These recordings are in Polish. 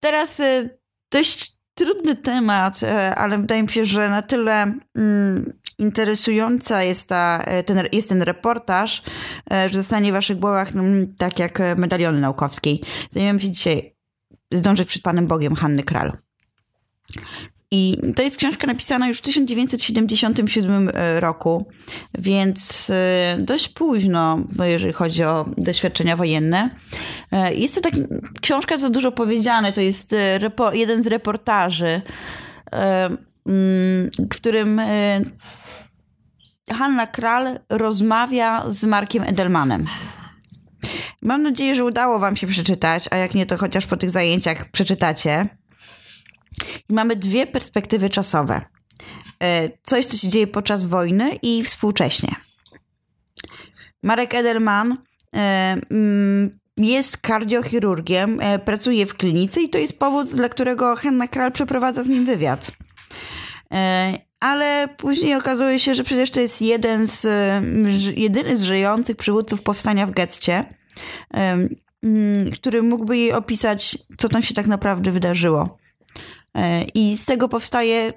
teraz dość trudny temat, ale wydaje mi się, że na tyle interesująca jest ten reportaż, że zostanie w waszych głowach tak jak medaliony naukowskiej. Zajmiemy się dzisiaj Zdążyć przed Panem Bogiem Hanny Kral. I to jest książka napisana już w 1977 roku, więc dość późno, jeżeli chodzi o doświadczenia wojenne. Jest to książka, co dużo powiedziane, to jest jeden z reportaży, w którym Hanna Kral rozmawia z Markiem Edelmanem. Mam nadzieję, że udało wam się przeczytać, a jak nie, to chociaż po tych zajęciach przeczytacie. I mamy dwie perspektywy czasowe. Coś, co się dzieje podczas wojny i współcześnie. Marek Edelman jest kardiochirurgiem, pracuje w klinice i to jest powód, dla którego Hanna Kral przeprowadza z nim wywiad. Ale później okazuje się, że przecież to jest jedyny z żyjących przywódców powstania w getcie, który mógłby jej opisać, co tam się tak naprawdę wydarzyło. I z tego powstaje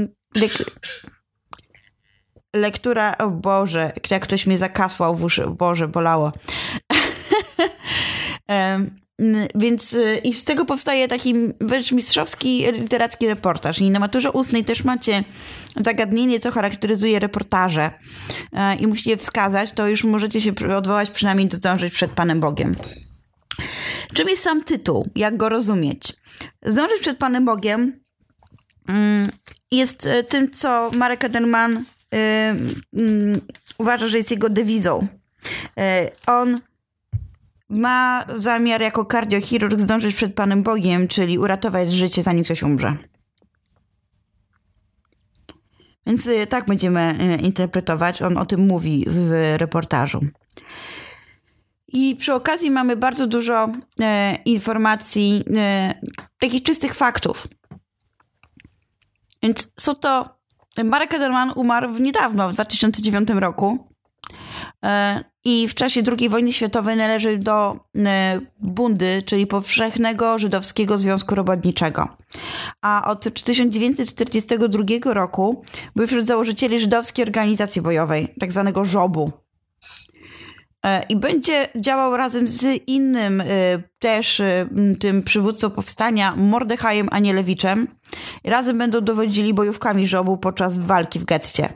lektura, o Boże, jak ktoś mnie zakasłał w uszy, Boże, bolało. Więc i z tego powstaje taki wręcz mistrzowski literacki reportaż. I na maturze ustnej też macie zagadnienie, co charakteryzuje reportaże i musicie je wskazać, to już możecie się odwołać przynajmniej do Zdążyć przed Panem Bogiem. Czym jest sam tytuł? Jak go rozumieć? Zdążyć przed Panem Bogiem jest tym, co Marek Edelman uważa, że jest jego dewizą. On ma zamiar jako kardiochirurg zdążyć przed Panem Bogiem, czyli uratować życie, zanim ktoś umrze. Więc tak będziemy interpretować. On o tym mówi w reportażu. I przy okazji mamy bardzo dużo informacji, takich czystych faktów. Więc są to... Marek Edelman umarł niedawno, w 2009 roku. I w czasie II wojny światowej należy do Bundy, czyli Powszechnego Żydowskiego Związku Robotniczego. A od 1942 roku był wśród założycieli Żydowskiej Organizacji Bojowej, tak zwanego żobu. I będzie działał razem z innym też tym przywódcą powstania Mordechajem Anielewiczem. Razem będą dowodzili bojówkami żobu podczas walki w getcie.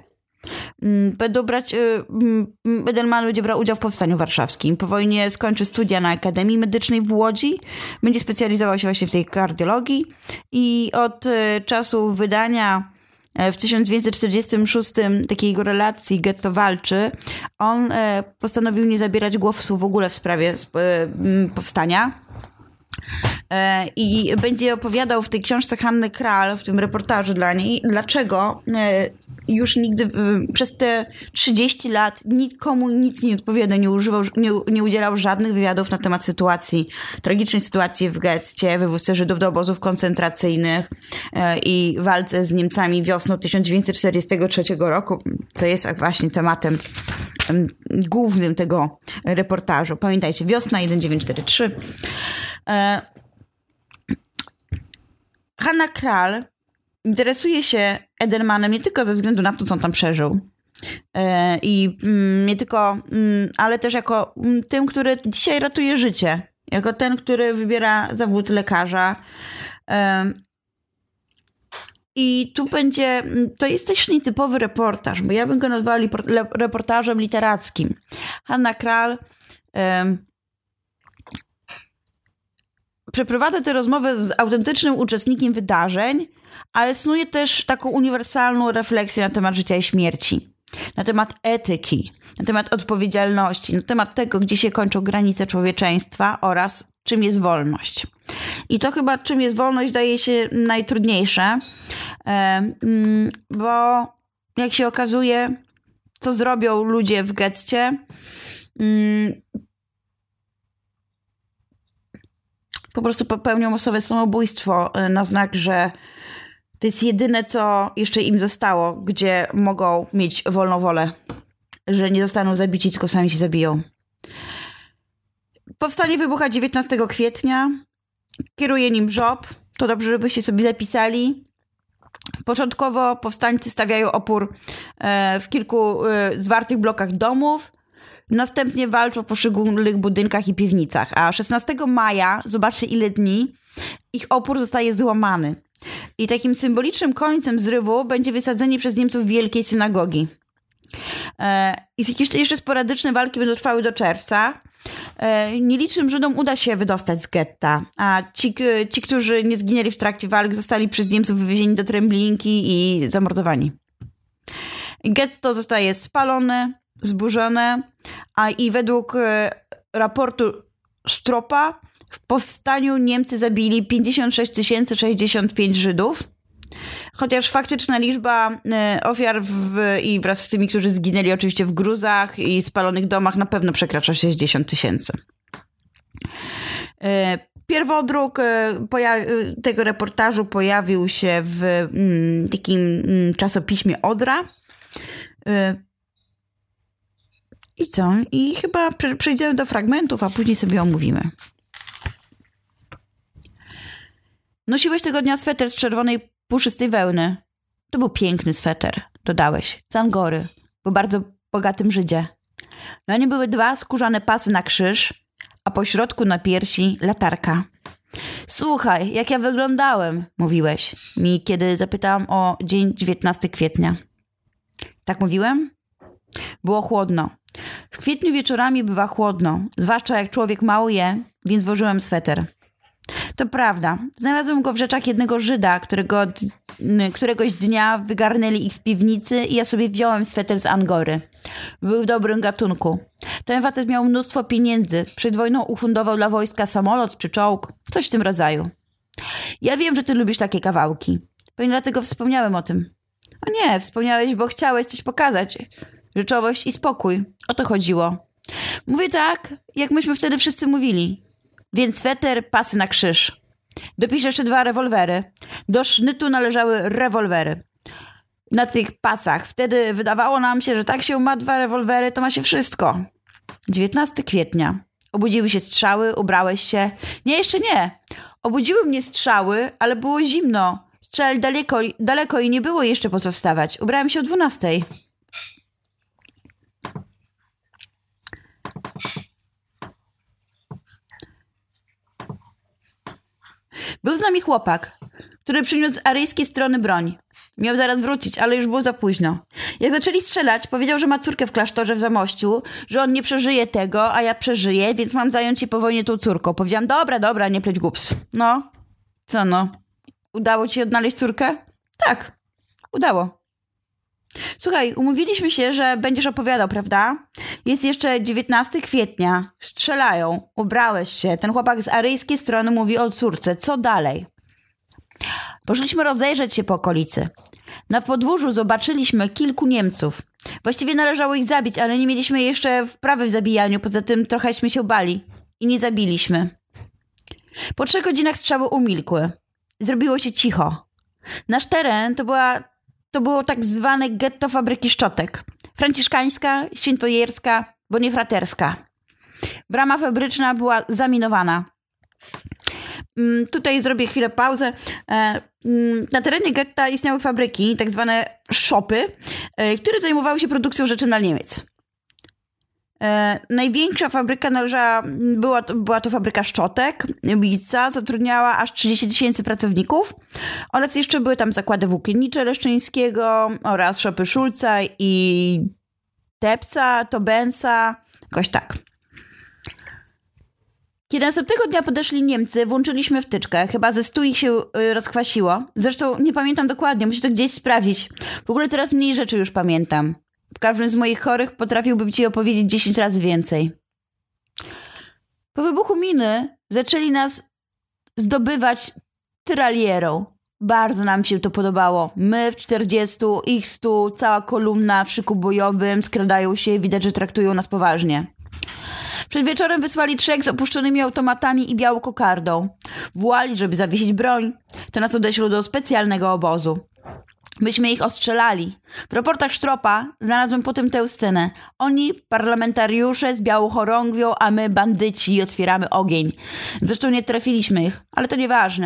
Edelman będzie brał udział w powstaniu warszawskim. Po wojnie skończy studia na Akademii Medycznej w Łodzi. Będzie specjalizował się właśnie w tej kardiologii i od czasu wydania w 1946 takiej jego relacji Getto walczy, on postanowił nie zabierać głosu w ogóle w sprawie powstania. I będzie opowiadał w tej książce Hanny Kral, w tym reportażu dla niej, dlaczego już nigdy przez te 30 lat nikomu nic nie odpowiadał, nie udzielał żadnych wywiadów na temat tragicznej sytuacji w getcie, wywózce Żydów do obozów koncentracyjnych i walce z Niemcami wiosną 1943 roku, co jest właśnie tematem głównym tego reportażu. Pamiętajcie, wiosna 1943. Hanna Kral interesuje się Edelmanem nie tylko ze względu na to, co on tam przeżył, i nie tylko, ale też jako tym, który dzisiaj ratuje życie, jako ten, który wybiera zawód lekarza. I tu to jest też nietypowy reportaż, bo ja bym go nazwała reportażem literackim. Hanna Kral przeprowadza tę rozmowę z autentycznym uczestnikiem wydarzeń, ale snuje też taką uniwersalną refleksję na temat życia i śmierci, na temat etyki, na temat odpowiedzialności, na temat tego, gdzie się kończą granice człowieczeństwa oraz czym jest wolność. I to chyba czym jest wolność daje się najtrudniejsze, bo jak się okazuje, co zrobią ludzie w getcie, po prostu popełnią masowe samobójstwo na znak, że to jest jedyne, co jeszcze im zostało, gdzie mogą mieć wolną wolę, że nie zostaną zabici, tylko sami się zabiją. Powstanie wybucha 19 kwietnia, kieruje nim żob, to dobrze, żebyście sobie zapisali. Początkowo powstańcy stawiają opór w kilku zwartych blokach domów. Następnie walczą w poszczególnych budynkach i piwnicach. A 16 maja, zobaczcie ile dni, ich opór zostaje złamany. I takim symbolicznym końcem zrywu będzie wysadzenie przez Niemców wielkiej synagogi. I jeszcze sporadyczne walki będą trwały do czerwca. Nielicznym Żydom uda się wydostać z getta, a ci, którzy nie zginęli w trakcie walk, zostali przez Niemców wywiezieni do Tremblinki i zamordowani. Getto zostaje spalone, zburzone, i według raportu Stropa w powstaniu Niemcy zabili 56 065 Żydów, chociaż faktyczna liczba ofiar i wraz z tymi, którzy zginęli oczywiście w gruzach i spalonych domach, na pewno przekracza 60 000. Pierwodruk tego reportażu pojawił się w takim czasopiśmie Odra. I co? I chyba przejdziemy do fragmentów, a później sobie omówimy. Nosiłeś tego dnia sweter z czerwonej, puszystej wełny. To był piękny sweter, dodałeś, z Angory, po bardzo bogatym Żydzie. Na nim były 2 skórzane pasy na krzyż, a po środku na piersi latarka. Słuchaj, jak ja wyglądałem, mówiłeś mi, kiedy zapytałam o dzień 19 kwietnia. Tak mówiłem? Było chłodno. W kwietniu wieczorami bywa chłodno, zwłaszcza jak człowiek mało je, więc włożyłem sweter. To prawda. Znalazłem go w rzeczach jednego Żyda, któregoś dnia wygarnęli ich z piwnicy i ja sobie wziąłem sweter z Angory. Był w dobrym gatunku. Ten facet miał mnóstwo pieniędzy. Przed wojną ufundował dla wojska samolot czy czołg. Coś w tym rodzaju. Ja wiem, że ty lubisz takie kawałki. Pewnie dlatego wspomniałem o tym. O nie, wspomniałeś, bo chciałeś coś pokazać. Rzeczowość i spokój. O to chodziło. Mówię tak, jak myśmy wtedy wszyscy mówili. Więc sweter, pasy na krzyż. Dopisz jeszcze 2 rewolwery. Do sznytu należały rewolwery. Na tych pasach. Wtedy wydawało nam się, że tak się ma 2 rewolwery, to ma się wszystko. 19 kwietnia. Obudziły się strzały, ubrałeś się. Nie, jeszcze nie. Obudziły mnie strzały, ale było zimno. Strzelali daleko i nie było jeszcze po co wstawać. Ubrałem się o 12. Był z nami chłopak, który przyniósł z aryjskiej strony broń. Miał zaraz wrócić, ale już było za późno. Jak zaczęli strzelać, powiedział, że ma córkę w klasztorze w Zamościu, że on nie przeżyje tego, a ja przeżyję, więc mam zająć się po wojnie tą córką. Powiedziałam, dobra, nie pleć głupstw. No, co no? Udało ci się odnaleźć córkę? Tak, udało. Słuchaj, umówiliśmy się, że będziesz opowiadał, prawda? Jest jeszcze 19 kwietnia. Strzelają. Ubrałeś się. Ten chłopak z aryjskiej strony mówi o córce. Co dalej? Poszliśmy rozejrzeć się po okolicy. Na podwórzu zobaczyliśmy kilku Niemców. Właściwie należało ich zabić, ale nie mieliśmy jeszcze wprawy w zabijaniu. Poza tym trochęśmy się bali. I nie zabiliśmy. Po 3 godzinach strzały umilkły. Zrobiło się cicho. Nasz teren to było tak zwane getto fabryki szczotek. Franciszkańska, świętojerska, bonifraterska. Brama fabryczna była zaminowana. Tutaj zrobię chwilę pauzę. Na terenie getta istniały fabryki, tak zwane szopy, które zajmowały się produkcją rzeczy na Niemiec. Największa fabryka była to fabryka szczotek. Gliwica zatrudniała aż 30 000 pracowników oraz jeszcze były tam zakłady włókiennicze Leszczyńskiego oraz szopy Szulca i Tepsa, Tobensa, jakoś tak. Kiedy następnego dnia podeszli Niemcy, włączyliśmy wtyczkę. Chyba ze 100 ich się rozkwasiło. Zresztą nie pamiętam dokładnie, muszę to gdzieś sprawdzić. W ogóle coraz mniej rzeczy już pamiętam. W każdym z moich chorych potrafiłbym ci opowiedzieć 10 razy więcej. Po wybuchu miny zaczęli nas zdobywać tyralierą. Bardzo nam się to podobało. My w 40, ich 100, cała kolumna w szyku bojowym, skradają się, widać, że traktują nas poważnie. Przed wieczorem wysłali 3 z opuszczonymi automatami i białą kokardą. Wołali, żeby zawiesić broń. To nas odeślą do specjalnego obozu. Myśmy ich ostrzelali. W raportach Sztropa znalazłem potem tę scenę. Oni, parlamentariusze z białą chorągwią, a my, bandyci, i otwieramy ogień. Zresztą nie trafiliśmy ich, ale to nieważne.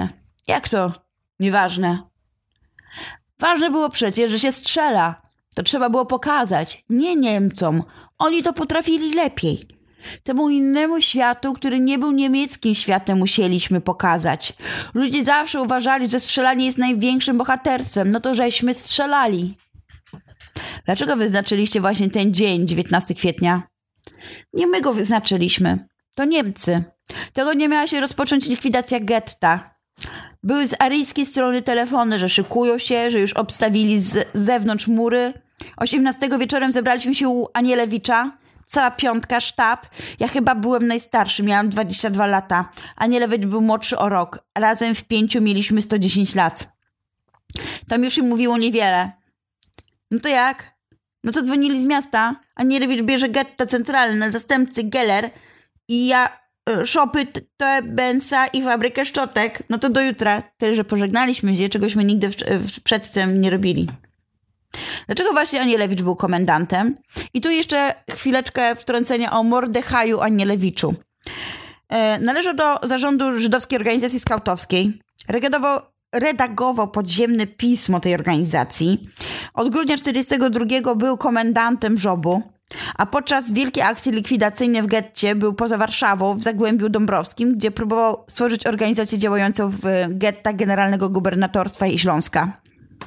Jak to? Nieważne. Ważne było przecież, że się strzela. To trzeba było pokazać. Nie Niemcom. Oni to potrafili lepiej. Temu innemu światu, który nie był niemieckim światem, musieliśmy pokazać. Ludzie zawsze uważali, że strzelanie jest największym bohaterstwem. No to żeśmy strzelali. Dlaczego wyznaczyliście właśnie ten dzień, 19 kwietnia? Nie my go wyznaczyliśmy. To Niemcy. Tego nie miała się rozpocząć likwidacja getta. Były z aryjskiej strony telefony, że szykują się, że już obstawili z zewnątrz mury. 18 wieczorem zebraliśmy się u Anielewicza. Cała piątka, sztab. Ja chyba byłem najstarszy, miałam 22 lata. Anielewicz był młodszy o rok. Razem w 5 mieliśmy 110 lat. Tam już im mówiło niewiele. No to jak? No to dzwonili z miasta. Anielewicz bierze getta centralne, zastępcy Geller i ja szopy, Bensa i fabrykę szczotek. No to do jutra. Tyle, że pożegnaliśmy się, czegośmy nigdy przedtem nie robili. Dlaczego właśnie Anielewicz był komendantem? I tu jeszcze chwileczkę wtrącenia o Mordechaju Anielewiczu. Należał do zarządu żydowskiej organizacji skautowskiej. Redagował podziemne pismo tej organizacji. Od grudnia 1942 był komendantem żobu, a podczas wielkiej akcji likwidacyjnej w getcie był poza Warszawą, w Zagłębiu Dąbrowskim, gdzie próbował stworzyć organizację działającą w gettach Generalnego Gubernatorstwa i Śląska.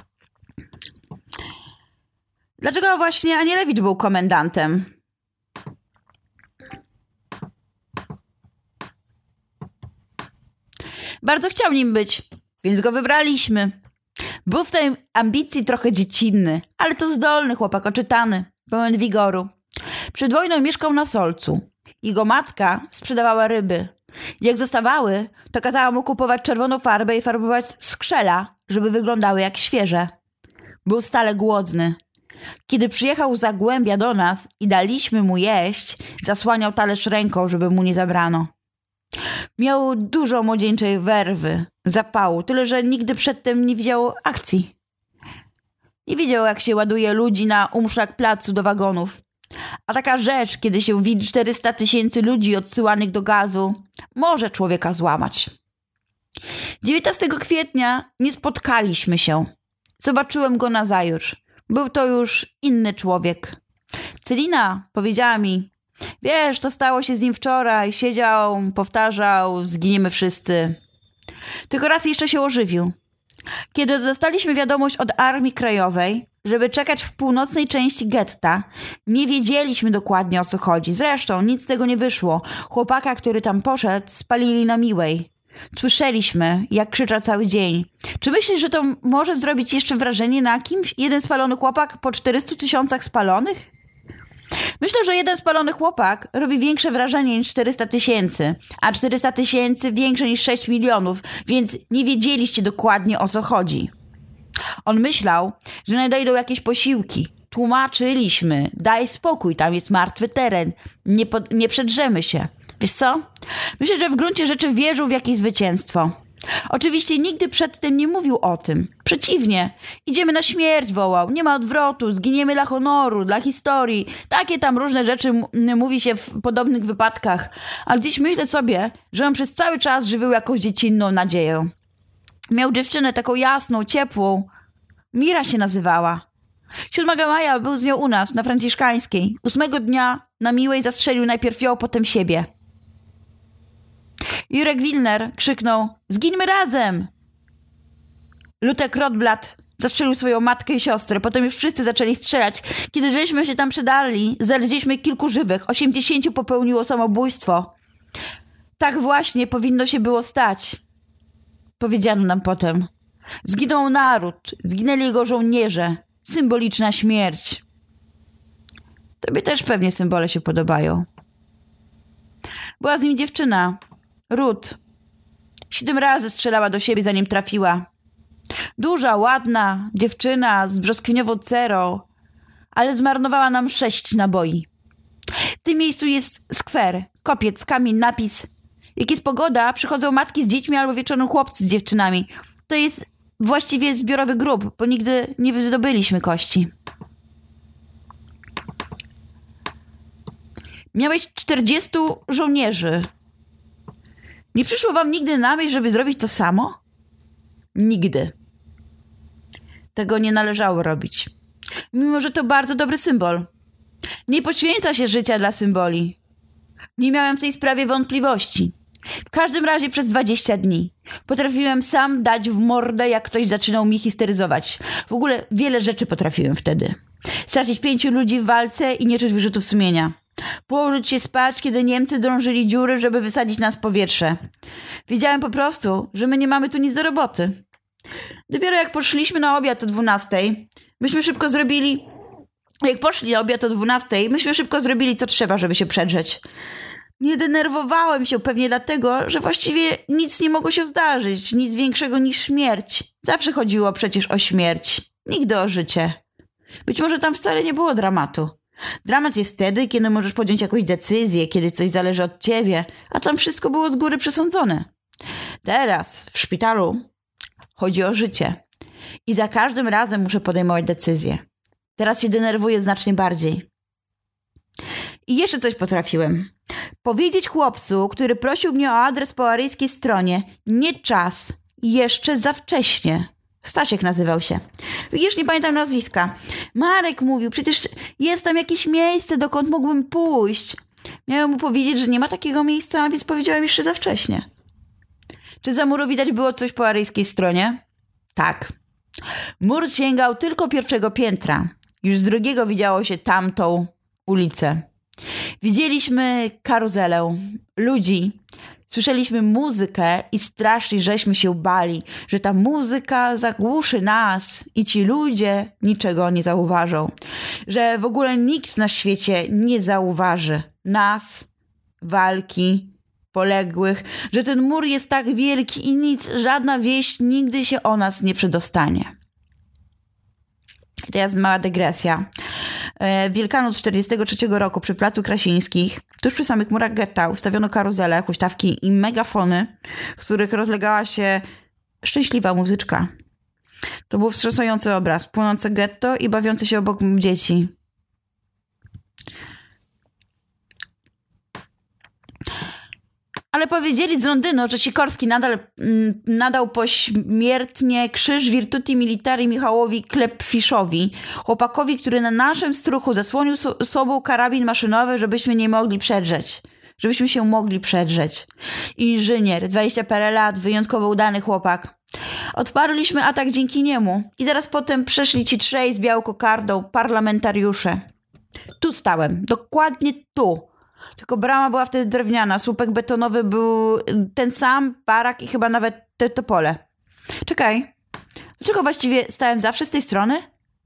Dlaczego właśnie Anielewicz był komendantem? Bardzo chciał nim być, więc go wybraliśmy. Był w tej ambicji trochę dziecinny, ale to zdolny chłopak, oczytany, pełen wigoru. Przed wojną mieszkał na Solcu. Jego matka sprzedawała ryby. Jak zostawały, to kazała mu kupować czerwoną farbę i farbować skrzela, żeby wyglądały jak świeże. Był stale głodny. Kiedy przyjechał z Zagłębia do nas i daliśmy mu jeść, zasłaniał talerz ręką, żeby mu nie zabrano. Miał dużo młodzieńczej werwy, zapału, tyle że nigdy przedtem nie widział akcji. Nie widział, jak się ładuje ludzi na Umszak placu do wagonów. A taka rzecz, kiedy się widzi 400 000 ludzi odsyłanych do gazu, może człowieka złamać. 19 kwietnia nie spotkaliśmy się. Zobaczyłem go nazajutrz. Był to już inny człowiek. Celina powiedziała mi: wiesz, to stało się z nim wczoraj. Siedział, powtarzał, zginiemy wszyscy. Tylko raz jeszcze się ożywił. Kiedy dostaliśmy wiadomość od Armii Krajowej, żeby czekać w północnej części getta, nie wiedzieliśmy dokładnie, o co chodzi. Zresztą nic z tego nie wyszło. Chłopaka, który tam poszedł, spalili na Miłej. Słyszeliśmy, jak krzyczał cały dzień. Czy myślisz, że to może zrobić jeszcze wrażenie na kimś? Jeden spalony chłopak po 400 000 spalonych? Myślę, że jeden spalony chłopak robi większe wrażenie niż 400 000, a 400 000 większe niż 6 milionów, więc nie wiedzieliście dokładnie, o co chodzi. On myślał, że nadejdą jakieś posiłki. Tłumaczyliśmy: daj spokój, tam jest martwy teren, nie przedrzemy się. Wiesz co? Myślę, że w gruncie rzeczy wierzył w jakieś zwycięstwo. Oczywiście nigdy przedtem nie mówił o tym. Przeciwnie, idziemy na śmierć, wołał. Nie ma odwrotu, zginiemy dla honoru, dla historii. Takie tam różne rzeczy mówi się w podobnych wypadkach. Ale gdzieś myślę sobie, że on przez cały czas żywił jakąś dziecinną nadzieję. Miał dziewczynę taką jasną, ciepłą. Mira się nazywała. 7 maja był z nią u nas, na Franciszkańskiej. 8 dnia na Miłej zastrzelił najpierw ją, potem siebie. Jurek Wilner krzyknął: zgińmy razem! Lutek Rotblat zastrzelił swoją matkę i siostrę. Potem już wszyscy zaczęli strzelać. Kiedy żeśmy się tam przedali, znaleźliśmy kilku żywych. 80 popełniło samobójstwo. Tak właśnie powinno się było stać. Powiedziano nam potem. Zginął naród, zginęli jego żołnierze. Symboliczna śmierć. Tobie też pewnie symbole się podobają. Była z nim dziewczyna, Ruth. 7 razy strzelała do siebie, zanim trafiła. Duża, ładna dziewczyna z brzoskwiniową cerą, ale zmarnowała nam 6 naboi. W tym miejscu jest skwer, kopiec, kamień, napis. Jak jest pogoda, przychodzą matki z dziećmi albo wieczorem chłopcy z dziewczynami. To jest właściwie zbiorowy grób, bo nigdy nie wydobyliśmy kości. Miałeś 40 żołnierzy. Nie przyszło wam nigdy na myśl, żeby zrobić to samo? Nigdy. Tego nie należało robić. Mimo, że to bardzo dobry symbol. Nie poświęca się życia dla symboli. Nie miałem w tej sprawie wątpliwości. W każdym razie przez 20 dni. Potrafiłem sam dać w mordę, jak ktoś zaczynał mi histeryzować. W ogóle wiele rzeczy potrafiłem wtedy. Stracić 5 ludzi w walce i nie czuć wyrzutów sumienia. Położyć się spać, kiedy Niemcy drążyli dziury, żeby wysadzić nas w powietrze. Wiedziałem po prostu, że my nie mamy tu nic do roboty. Dopiero jak poszliśmy na obiad o 12:00, myśmy szybko zrobili... Jak poszli na obiad o 12:00, myśmy szybko zrobili co trzeba, żeby się przedrzeć. Nie denerwowałem się pewnie dlatego, że właściwie nic nie mogło się zdarzyć, nic większego niż śmierć. Zawsze chodziło przecież o śmierć, nigdy o życie. Być może tam wcale nie było dramatu. Dramat jest wtedy, kiedy możesz podjąć jakąś decyzję, kiedy coś zależy od ciebie, a tam wszystko było z góry przesądzone. Teraz, w szpitalu, chodzi o życie. I za każdym razem muszę podejmować decyzję. Teraz się denerwuję znacznie bardziej. I jeszcze coś potrafiłem. Powiedzieć chłopcu, który prosił mnie o adres po aryjskiej stronie, nie czas, jeszcze za wcześnie. Stasiek nazywał się. Widzisz, nie pamiętam nazwiska. Marek mówił, przecież jest tam jakieś miejsce, dokąd mógłbym pójść. Miałem mu powiedzieć, że nie ma takiego miejsca, więc powiedziałem jeszcze za wcześnie. Czy za muru widać było coś po aryjskiej stronie? Tak. Mur sięgał tylko 1. piętra. Już z 2. widziało się tamtą ulicę. Widzieliśmy karuzelę, ludzi, słyszeliśmy muzykę i strasznie żeśmy się bali, że ta muzyka zagłuszy nas i ci ludzie niczego nie zauważą. Że w ogóle nikt na świecie nie zauważy nas, walki, poległych, że ten mur jest tak wielki i nic, żadna wieść nigdy się o nas nie przedostanie. Teraz mała dygresja. Wielkanoc 1943 roku przy Placu Krasińskich, tuż przy samych murach getta, ustawiono karuzelę, huśtawki i megafony, w których rozlegała się szczęśliwa muzyczka. To był wstrząsający obraz. Płonące getto i bawiące się obok dzieci. Ale powiedzieli z Londynu, że Sikorski nadał pośmiertnie krzyż Virtuti Militari Michałowi Klepfiszowi, chłopakowi, który na naszym stróchu zasłonił sobą karabin maszynowy, żebyśmy się mogli przedrzeć. Inżynier, 20 parę lat, wyjątkowo udany chłopak. Odparliśmy atak dzięki niemu i zaraz potem przeszli ci 3 z białą kokardą, parlamentariusze. Tu stałem, dokładnie tu. Tylko brama była wtedy drewniana, słupek betonowy był ten sam, barak i chyba nawet te topole. Czekaj, dlaczego właściwie stałem zawsze z tej strony?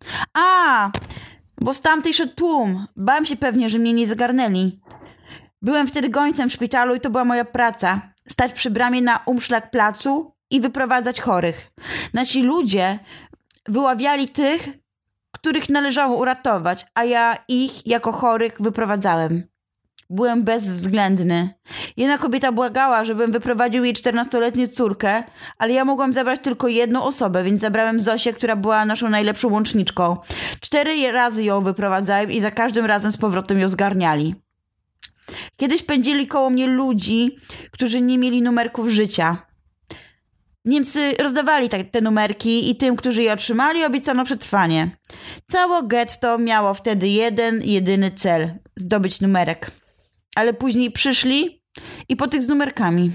Bo z tamtej szedł tłum. Bałem się pewnie, że mnie nie zagarnęli. Byłem wtedy gońcem w szpitalu i to była moja praca. Stać przy bramie na umszlak placu i wyprowadzać chorych. Nasi ludzie wyławiali tych, których należało uratować, a ja ich jako chorych wyprowadzałem. Byłem bezwzględny. Jedna kobieta błagała, żebym wyprowadził jej 14-letnią córkę, ale ja mogłam zabrać tylko jedną osobę, więc zabrałem Zosię, która była naszą najlepszą łączniczką. 4 razy ją wyprowadzałem i za każdym razem z powrotem ją zgarniali. Kiedyś pędzili koło mnie ludzi, którzy nie mieli numerków życia. Niemcy rozdawali te numerki i tym, którzy je otrzymali, obiecano przetrwanie. Całe getto miało wtedy jedyny cel – zdobyć numerek. Ale później przyszli i po tych z numerkami.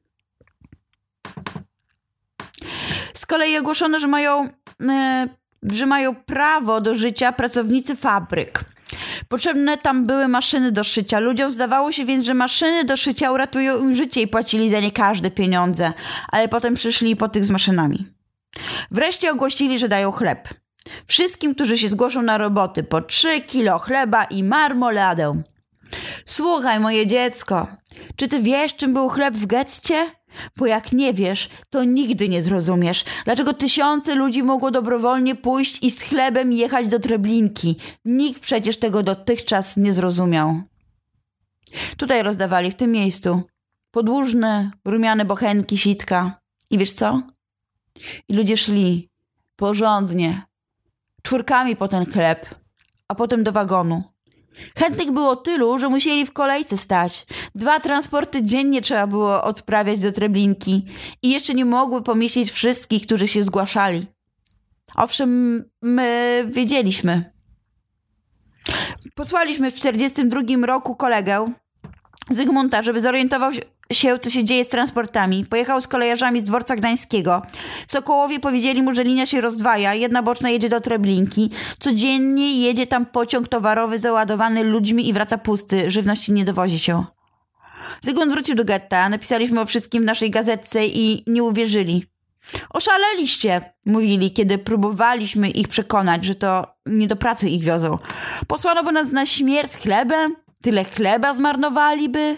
Z kolei ogłoszono, że mają prawo do życia pracownicy fabryk. Potrzebne tam były maszyny do szycia. Ludziom zdawało się więc, że maszyny do szycia uratują im życie i płacili za nie każde pieniądze. Ale potem przyszli po tych z maszynami. Wreszcie ogłosili, że dają chleb. Wszystkim, którzy się zgłoszą na roboty, po 3 kilo chleba i marmoladę. Słuchaj, moje dziecko, czy ty wiesz, czym był chleb w getcie? Bo jak nie wiesz, to nigdy nie zrozumiesz, dlaczego tysiące ludzi mogło dobrowolnie pójść i z chlebem jechać do Treblinki. Nikt przecież tego dotychczas nie zrozumiał. Tutaj rozdawali, w tym miejscu, podłużne, rumiane bochenki, sitka. I wiesz co? I ludzie szli porządnie, 4 po ten chleb, a potem do wagonu. Chętnych było tylu, że musieli w kolejce stać. 2 transporty dziennie trzeba było odprawiać do Treblinki i jeszcze nie mogły pomieścić wszystkich, którzy się zgłaszali. Owszem, my wiedzieliśmy. Posłaliśmy w 1942 roku kolegę, Zygmunta, żeby zorientował się, co się dzieje z transportami. Pojechał z kolejarzami z dworca gdańskiego. Sokołowie powiedzieli mu, że linia się rozdwaja, jedna boczna jedzie do Treblinki. Codziennie jedzie tam pociąg towarowy załadowany ludźmi i wraca pusty. Żywności nie dowozi się. Zygmunt wrócił do getta. Napisaliśmy o wszystkim w naszej gazetce i nie uwierzyli. Oszaleliście, mówili, kiedy próbowaliśmy ich przekonać, że to nie do pracy ich wiozą. Posłano by nas na śmierć chlebem? Tyle chleba zmarnowaliby?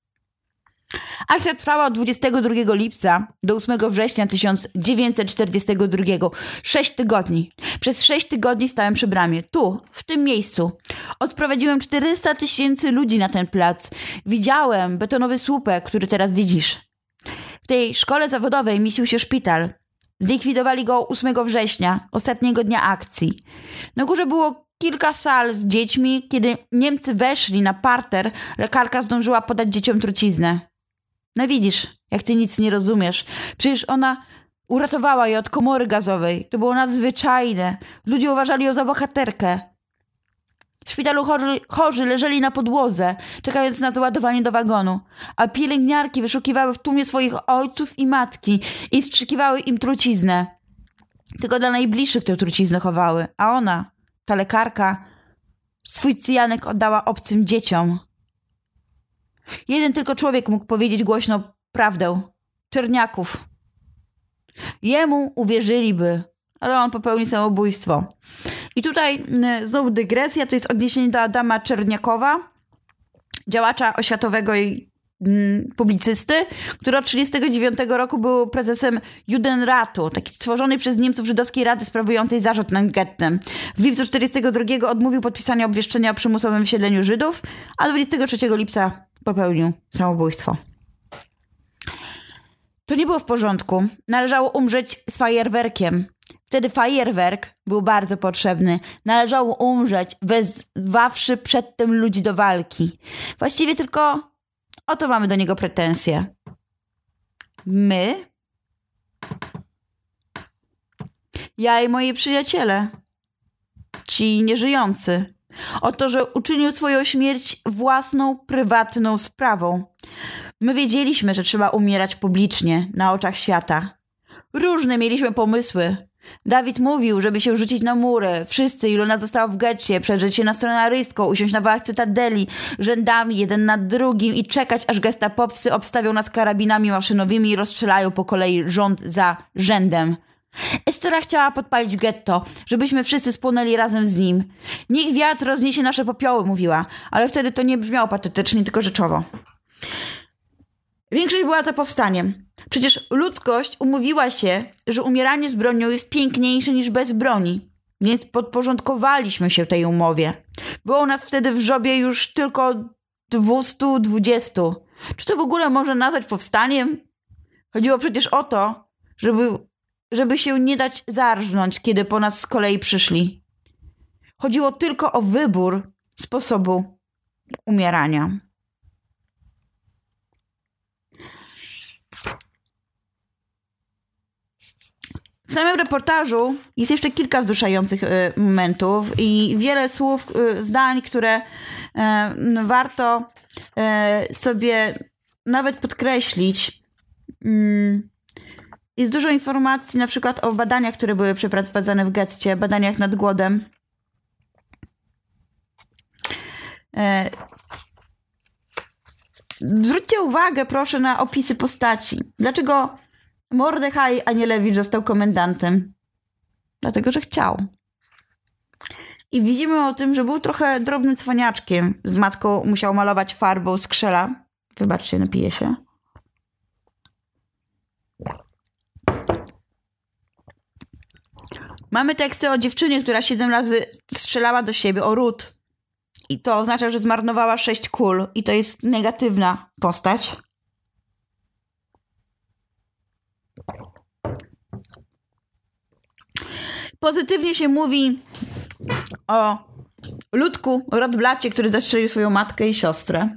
Akcja trwała od 22 lipca do 8 września 1942. 6 tygodni. Przez 6 tygodni stałem przy bramie. Tu, w tym miejscu. Odprowadziłem 400 000 ludzi na ten plac. Widziałem betonowy słupek, który teraz widzisz. W tej szkole zawodowej mieścił się szpital. Zlikwidowali go 8 września, ostatniego dnia akcji. Na górze było kilka sal z dziećmi. Kiedy Niemcy weszli na parter, lekarka zdążyła podać dzieciom truciznę. No widzisz, jak ty nic nie rozumiesz. Przecież ona uratowała je od komory gazowej. To było nadzwyczajne. Ludzie uważali ją za bohaterkę. W szpitalu chorzy leżeli na podłodze, czekając na załadowanie do wagonu, a pielęgniarki wyszukiwały w tłumie swoich ojców i matki i wstrzykiwały im truciznę. Tylko dla najbliższych tę truciznę chowały, a ona, ta lekarka, swój cyjanek oddała obcym dzieciom. Jeden tylko człowiek mógł powiedzieć głośno prawdę. Czerniaków. Jemu uwierzyliby, ale on popełnił samobójstwo. I tutaj znowu dygresja, to jest odniesienie do Adama Czerniakowa, działacza oświatowego i publicysty, który od 1939 roku był prezesem Judenratu, taki stworzonej przez Niemców żydowskiej rady sprawującej zarząd nad gettem. W lipcu 1942 odmówił podpisania obwieszczenia o przymusowym wysiedleniu Żydów, a 23 lipca popełnił samobójstwo. To nie było w porządku. Należało umrzeć z fajerwerkiem. Wtedy fajerwerk był bardzo potrzebny. Należało umrzeć, wezwawszy przedtem ludzi do walki. Właściwie tylko o to mamy do niego pretensje. My? Ja i moi przyjaciele. Ci nieżyjący. O to, że uczynił swoją śmierć własną, prywatną sprawą. My wiedzieliśmy, że trzeba umierać publicznie, na oczach świata. Różne mieliśmy pomysły. Dawid mówił, żeby się rzucić na mury. Wszyscy, ilu nas zostało w getcie, przedrzeć się na stronę arystką, usiąść na wałach cytadeli, rzędami, jeden nad drugim i czekać, aż gestapowcy obstawią nas karabinami maszynowymi i rozstrzelają po kolei rząd za rzędem. Estera chciała podpalić getto, żebyśmy wszyscy spłonęli razem z nim. Niech wiatr rozniesie nasze popioły, mówiła, ale wtedy to nie brzmiało patetycznie, tylko rzeczowo. Większość była za powstaniem. Przecież ludzkość umówiła się, że umieranie z bronią jest piękniejsze niż bez broni, więc podporządkowaliśmy się tej umowie. Było nas wtedy w żobie już tylko 220. Czy to w ogóle można nazwać powstaniem? Chodziło przecież o to, żeby się nie dać zarżnąć, kiedy po nas z kolei przyszli. Chodziło tylko o wybór sposobu umierania. W samym reportażu jest jeszcze kilka wzruszających momentów i wiele słów, zdań, które warto sobie nawet podkreślić. Jest dużo informacji na przykład o badaniach, które były przeprowadzane w getcie, badaniach nad głodem. Zwróćcie uwagę proszę na opisy postaci. Dlaczego Mordechaj, a nie Lewicz został komendantem? Dlatego, że chciał. I widzimy o tym, że był trochę drobnym cwaniaczkiem. Z matką musiał malować farbą skrzela. Wybaczcie, napiję się. Mamy teksty o dziewczynie, która 7 razy strzelała do siebie, o Ruth. I to oznacza, że zmarnowała 6 kul. I to jest negatywna postać. Pozytywnie się mówi o ludku Rotblacie, który zastrzelił swoją matkę i siostrę.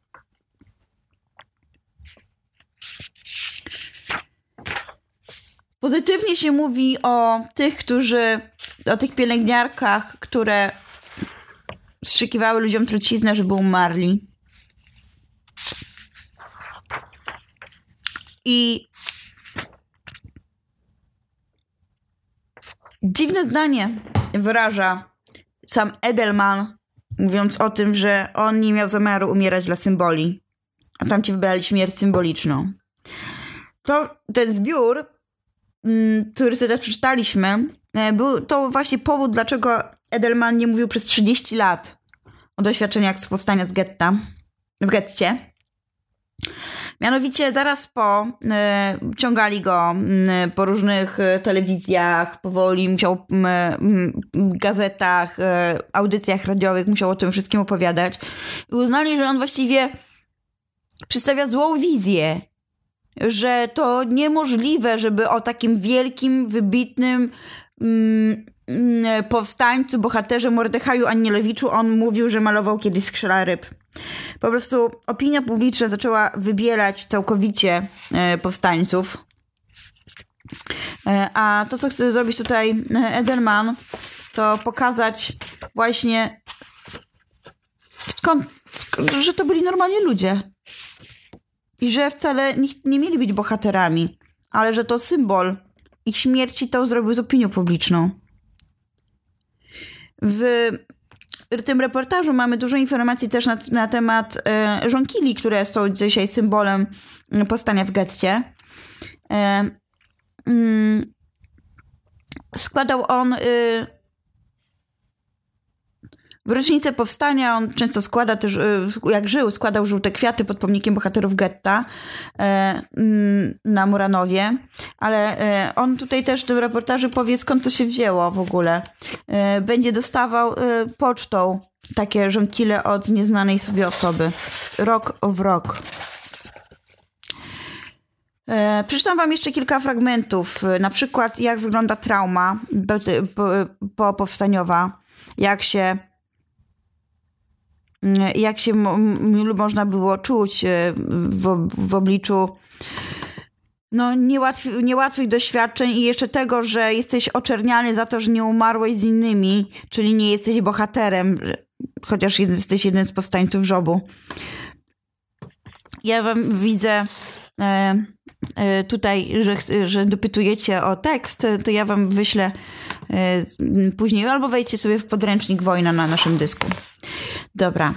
Pozytywnie się mówi o tych pielęgniarkach, które wstrzykiwały ludziom truciznę, żeby umarli. I dziwne zdanie wyraża sam Edelman, mówiąc o tym, że on nie miał zamiaru umierać dla symboli, a tamci wybrali śmierć symboliczną. Ten zbiór, który sobie teraz przeczytaliśmy, był to właśnie powód, dlaczego Edelman nie mówił przez 30 lat o doświadczeniach z powstania w getcie. Mianowicie zaraz ciągali go po różnych telewizjach, powoli musiał w gazetach, audycjach radiowych, musiał o tym wszystkim opowiadać. I uznali, że on właściwie przedstawia złą wizję, że to niemożliwe, żeby o takim wielkim, wybitnym powstańcu, bohaterze Mordechaju Anielewiczu on mówił, że malował kiedyś skrzela ryb. Po prostu opinia publiczna zaczęła wybierać całkowicie powstańców. A to, co chce zrobić tutaj Edelman, to pokazać właśnie że to byli normalni ludzie. I że wcale nie mieli być bohaterami, ale że to symbol ich śmierci to zrobił z opinią publiczną. W tym reportażu mamy dużo informacji też na temat żonkili, które są dzisiaj symbolem powstania w getcie. Składał on w rocznicę powstania, on często składa też, jak żył, składał żółte kwiaty pod pomnikiem bohaterów getta na Muranowie, ale on tutaj też w tym reportażu powie, skąd to się wzięło w ogóle. Będzie dostawał pocztą takie żonkile od nieznanej sobie osoby. Rok of Rock. Przeczytam wam jeszcze kilka fragmentów, na przykład jak wygląda trauma powstaniowa, jak się można było czuć w obliczu niełatwych doświadczeń i jeszcze tego, że jesteś oczerniany za to, że nie umarłeś z innymi, czyli nie jesteś bohaterem, chociaż jesteś jednym z powstańców żobu. Ja wam widzę tutaj, że dopytujecie o tekst, to ja wam wyślę później, albo wejdźcie sobie w podręcznik Wojna na naszym dysku. Dobra.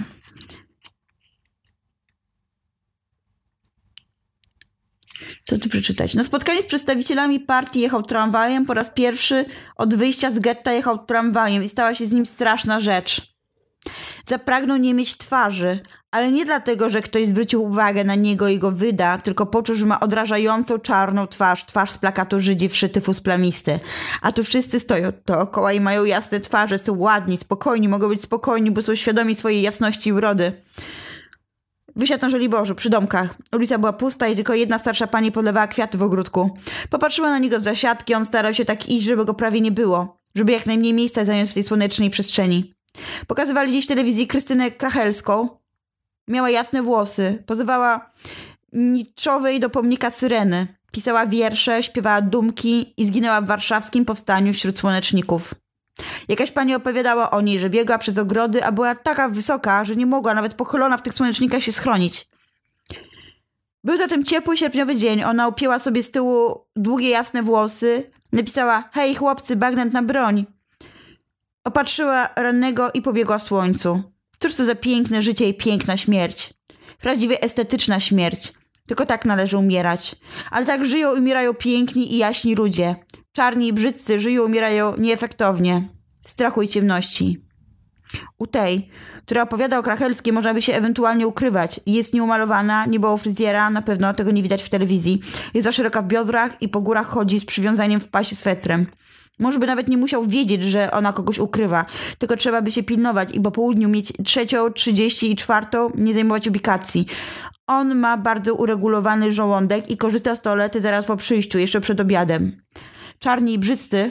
Co tu przeczytać? Na spotkanie z przedstawicielami partii jechał tramwajem. Po raz pierwszy od wyjścia z getta jechał tramwajem i stała się z nim straszna rzecz. Zapragnął nie mieć twarzy, ale nie dlatego, że ktoś zwrócił uwagę na niego i go wyda, tylko poczuł, że ma odrażającą czarną twarz z plakatu Żydzi wszyty fus plamisty. A tu wszyscy stoją dookoła i mają jasne twarze, są ładni, spokojni, mogą być spokojni, bo są świadomi swojej jasności i urody. Wysiadł na Żoliborzu, przy domkach. Ulica była pusta i tylko jedna starsza pani podlewała kwiaty w ogródku. Popatrzyła na niego z zasiadki, on starał się tak iść, żeby go prawie nie było. Żeby jak najmniej miejsca zająć w tej słonecznej przestrzeni. Pokazywali dziś w telewizji Krystynę Krachelską. Miała jasne włosy. Pozywała niczowej do pomnika Syreny. Pisała wiersze, śpiewała dumki i zginęła w warszawskim powstaniu wśród słoneczników. Jakaś pani opowiadała o niej, że biegła przez ogrody, a była taka wysoka, że nie mogła nawet pochylona w tych słonecznikach się schronić. Był zatem ciepły sierpniowy dzień. Ona upięła sobie z tyłu długie, jasne włosy. Napisała: hej chłopcy, bagnet na broń. Opatrzyła rannego i pobiegła w słońcu. Cóż to za piękne życie i piękna śmierć. Prawdziwie estetyczna śmierć. Tylko tak należy umierać. Ale tak żyją i umierają piękni i jaśni ludzie. Czarni i brzydcy żyją i umierają nieefektownie. W strachu i ciemności. U tej, która opowiada o Krachelskiej, można by się ewentualnie ukrywać. Jest nieumalowana, nie było fryzjera, na pewno tego nie widać w telewizji. Jest za szeroka w biodrach i po górach chodzi z przywiązaniem w pasie swetrem. Może by nawet nie musiał wiedzieć, że ona kogoś ukrywa. Tylko trzeba by się pilnować i po południu mieć 3:30 i 4 nie zajmować ubikacji. On ma bardzo uregulowany żołądek i korzysta z toalety zaraz po przyjściu, jeszcze przed obiadem. Czarni i brzydcy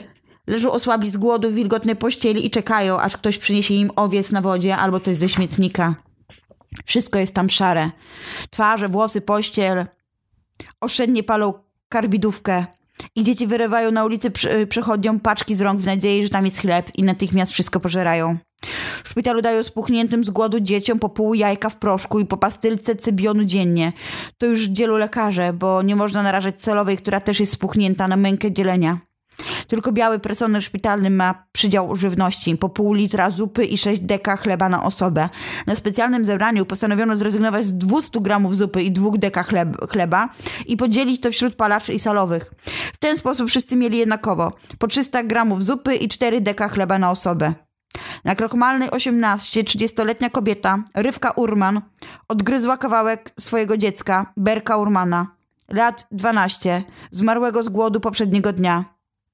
Leżą osłabli z głodu w wilgotnej pościeli i czekają, aż ktoś przyniesie im owiec na wodzie albo coś ze śmietnika. Wszystko jest tam szare. Twarze, włosy, pościel. Oszczędnie palą karbidówkę. I dzieci wyrywają na ulicy przechodniom paczki z rąk w nadziei, że tam jest chleb i natychmiast wszystko pożerają. W szpitalu dają spuchniętym z głodu dzieciom po pół jajka w proszku i po pastylce cebionu dziennie. To już dzielu lekarze, bo nie można narażać celowej, która też jest spuchnięta, na mękę dzielenia. Tylko biały personel szpitalny ma przydział żywności, po pół litra zupy i 6 deka chleba na osobę. Na specjalnym zebraniu postanowiono zrezygnować z 200 gramów zupy i 2 deka chleba i podzielić to wśród palaczy i salowych. W ten sposób wszyscy mieli jednakowo, po 300 gramów zupy i 4 deka chleba na osobę. Na Krochmalnej 30-letnia kobieta, Rywka Urman, odgryzła kawałek swojego dziecka, Berka Urmana, lat 12, zmarłego z głodu poprzedniego dnia.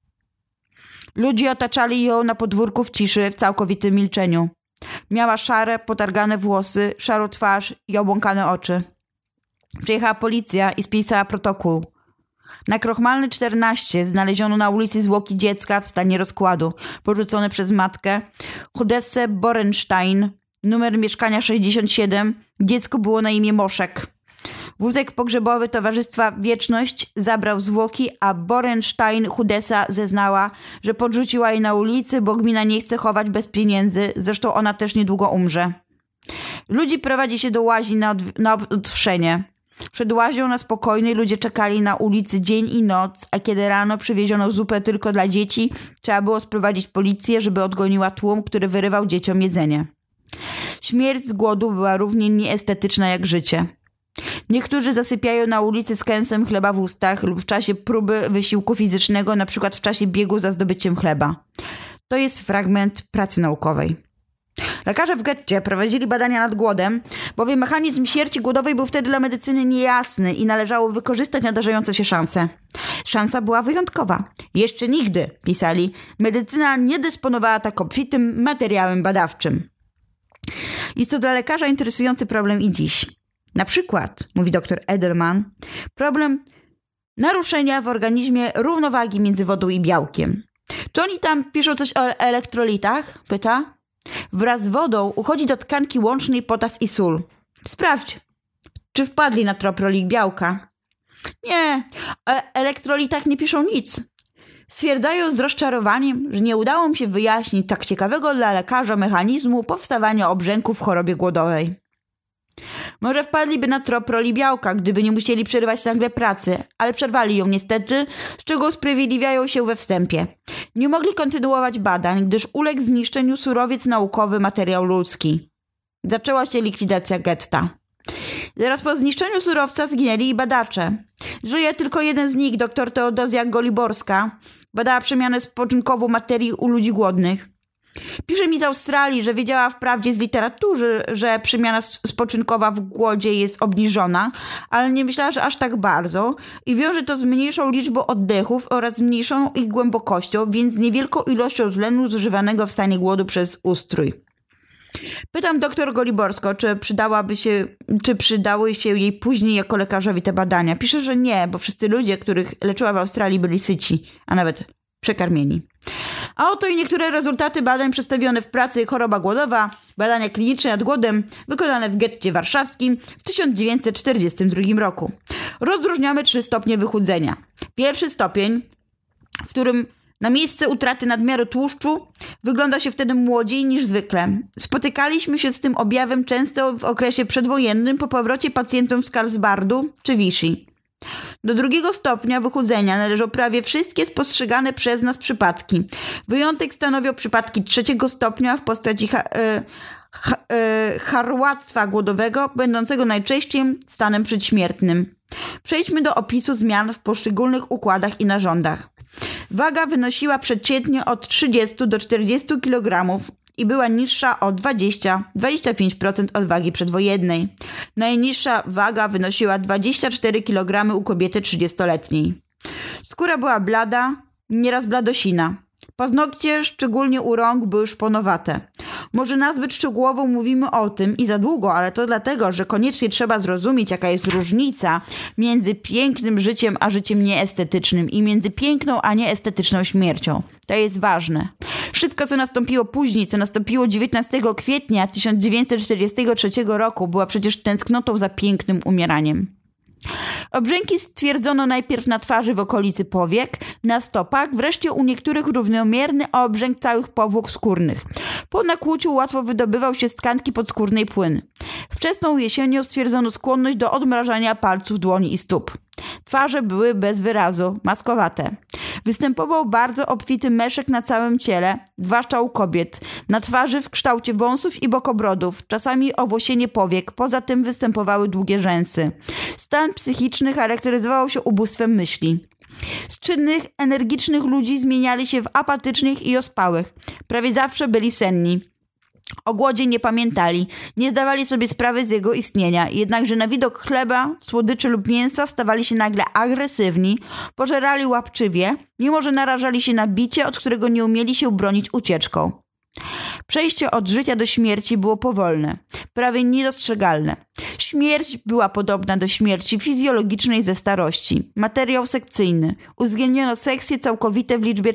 Ludzie otaczali ją na podwórku w ciszy, w całkowitym milczeniu. Miała szare, potargane włosy, szarą twarz i obłąkane oczy. Przyjechała policja i spisała protokół. Na Krochmalnej 14 znaleziono na ulicy zwłoki dziecka w stanie rozkładu, porzucone przez matkę, Hudessę Borenstein, numer mieszkania 67. Dziecku było na imię Moszek. Wózek pogrzebowy Towarzystwa Wieczność zabrał zwłoki, a Borenstein Hudessa zeznała, że podrzuciła je na ulicy, bo gmina nie chce chować bez pieniędzy, zresztą ona też niedługo umrze. Ludzi prowadzi się do łaźni na odwszenie. Przed łaźnią na Spokojnej ludzie czekali na ulicy dzień i noc, a kiedy rano przywieziono zupę tylko dla dzieci, trzeba było sprowadzić policję, żeby odgoniła tłum, który wyrywał dzieciom jedzenie. Śmierć z głodu była równie nieestetyczna jak życie. Niektórzy zasypiają na ulicy z kęsem chleba w ustach lub w czasie próby wysiłku fizycznego, na przykład w czasie biegu za zdobyciem chleba. To jest fragment pracy naukowej. Lekarze w getcie prowadzili badania nad głodem, bowiem mechanizm śmierci głodowej był wtedy dla medycyny niejasny i należało wykorzystać nadarzające się szanse. Szansa była wyjątkowa. Jeszcze nigdy, pisali, medycyna nie dysponowała tak obfitym materiałem badawczym. Jest to dla lekarza interesujący problem i dziś. Na przykład, mówi dr Edelman, problem naruszenia w organizmie równowagi między wodą i białkiem. Czy oni tam piszą coś o elektrolitach? Pyta. Wraz z wodą uchodzi do tkanki łącznej potas i sól. Sprawdź, czy wpadli na trop rolik białka. Nie, o elektrolitach nie piszą nic. Stwierdzają z rozczarowaniem, że nie udało mi się wyjaśnić tak ciekawego dla lekarza mechanizmu powstawania obrzęków w chorobie głodowej. Może wpadliby na trop roli białka, gdyby nie musieli przerywać nagle pracy, ale przerwali ją niestety, z czego usprawiedliwiają się we wstępie. Nie mogli kontynuować badań, gdyż uległ zniszczeniu surowiec naukowy materiał ludzki. Zaczęła się likwidacja getta. Zaraz po zniszczeniu surowca zginęli i badacze. Żyje tylko jeden z nich, dr Teodozja Goliborska. Badała przemianę spoczynkową materii u ludzi głodnych. Pisze mi z Australii, że wiedziała wprawdzie z literatury, że przemiana spoczynkowa w głodzie jest obniżona, ale nie myślała, że aż tak bardzo i wiąże to z mniejszą liczbą oddechów oraz z mniejszą ich głębokością, więc z niewielką ilością tlenu zużywanego w stanie głodu przez ustrój. Pytam dr Goliborsko, czy przydały się jej później jako lekarzowi te badania. Pisze, że nie, bo wszyscy ludzie, których leczyła w Australii, byli syci, a nawet przekarmieni. A oto i niektóre rezultaty badań przedstawione w pracy Choroba głodowa, badania kliniczne nad głodem, wykonane w getcie warszawskim w 1942 roku. Rozróżniamy 3 stopnie wychudzenia. Pierwszy stopień, w którym na miejsce utraty nadmiaru tłuszczu wygląda się wtedy młodziej niż zwykle. Spotykaliśmy się z tym objawem często w okresie przedwojennym po powrocie pacjentów z Karlsbadu czy Vichy. Do 2 stopnia wychudzenia należą prawie wszystkie spostrzegane przez nas przypadki. Wyjątek stanowią przypadki 3 stopnia w postaci harłactwa głodowego, będącego najczęściej stanem przedśmiertnym. Przejdźmy do opisu zmian w poszczególnych układach i narządach. Waga wynosiła przeciętnie od 30 do 40 kg i była niższa o 20-25% od wagi przedwojennej. Najniższa waga wynosiła 24 kg u kobiety 30-letniej. Skóra była blada, nieraz bladosina. Paznokcie, szczególnie u rąk, były szponowate. Może nazbyt szczegółowo mówimy o tym i za długo, ale to dlatego, że koniecznie trzeba zrozumieć, jaka jest różnica między pięknym życiem a życiem nieestetycznym i między piękną a nieestetyczną śmiercią. To jest ważne. Wszystko, co nastąpiło później, co nastąpiło 19 kwietnia 1943 roku, była przecież tęsknotą za pięknym umieraniem. Obrzęki stwierdzono najpierw na twarzy w okolicy powiek, na stopach, wreszcie u niektórych równomierny obrzęk całych powłok skórnych. Po nakłuciu łatwo wydobywał się z tkanki podskórnej płyn. Wczesną jesienią stwierdzono skłonność do odmrażania palców, dłoni i stóp. Twarze były bez wyrazu, maskowate. Występował bardzo obfity meszek na całym ciele, zwłaszcza u kobiet, na twarzy w kształcie wąsów i bokobrodów, czasami owłosienie powiek, poza tym występowały długie rzęsy. Stan psychiczny charakteryzował się ubóstwem myśli. Z czynnych, energicznych ludzi zmieniali się w apatycznych i ospałych. Prawie zawsze byli senni. O głodzie nie pamiętali, nie zdawali sobie sprawy z jego istnienia, jednakże na widok chleba, słodyczy lub mięsa stawali się nagle agresywni, pożerali łapczywie, mimo że narażali się na bicie, od którego nie umieli się bronić ucieczką. Przejście od życia do śmierci było powolne, prawie niedostrzegalne. Śmierć była podobna do śmierci fizjologicznej ze starości. Materiał sekcyjny. Uwzględniono sekcje całkowite w liczbie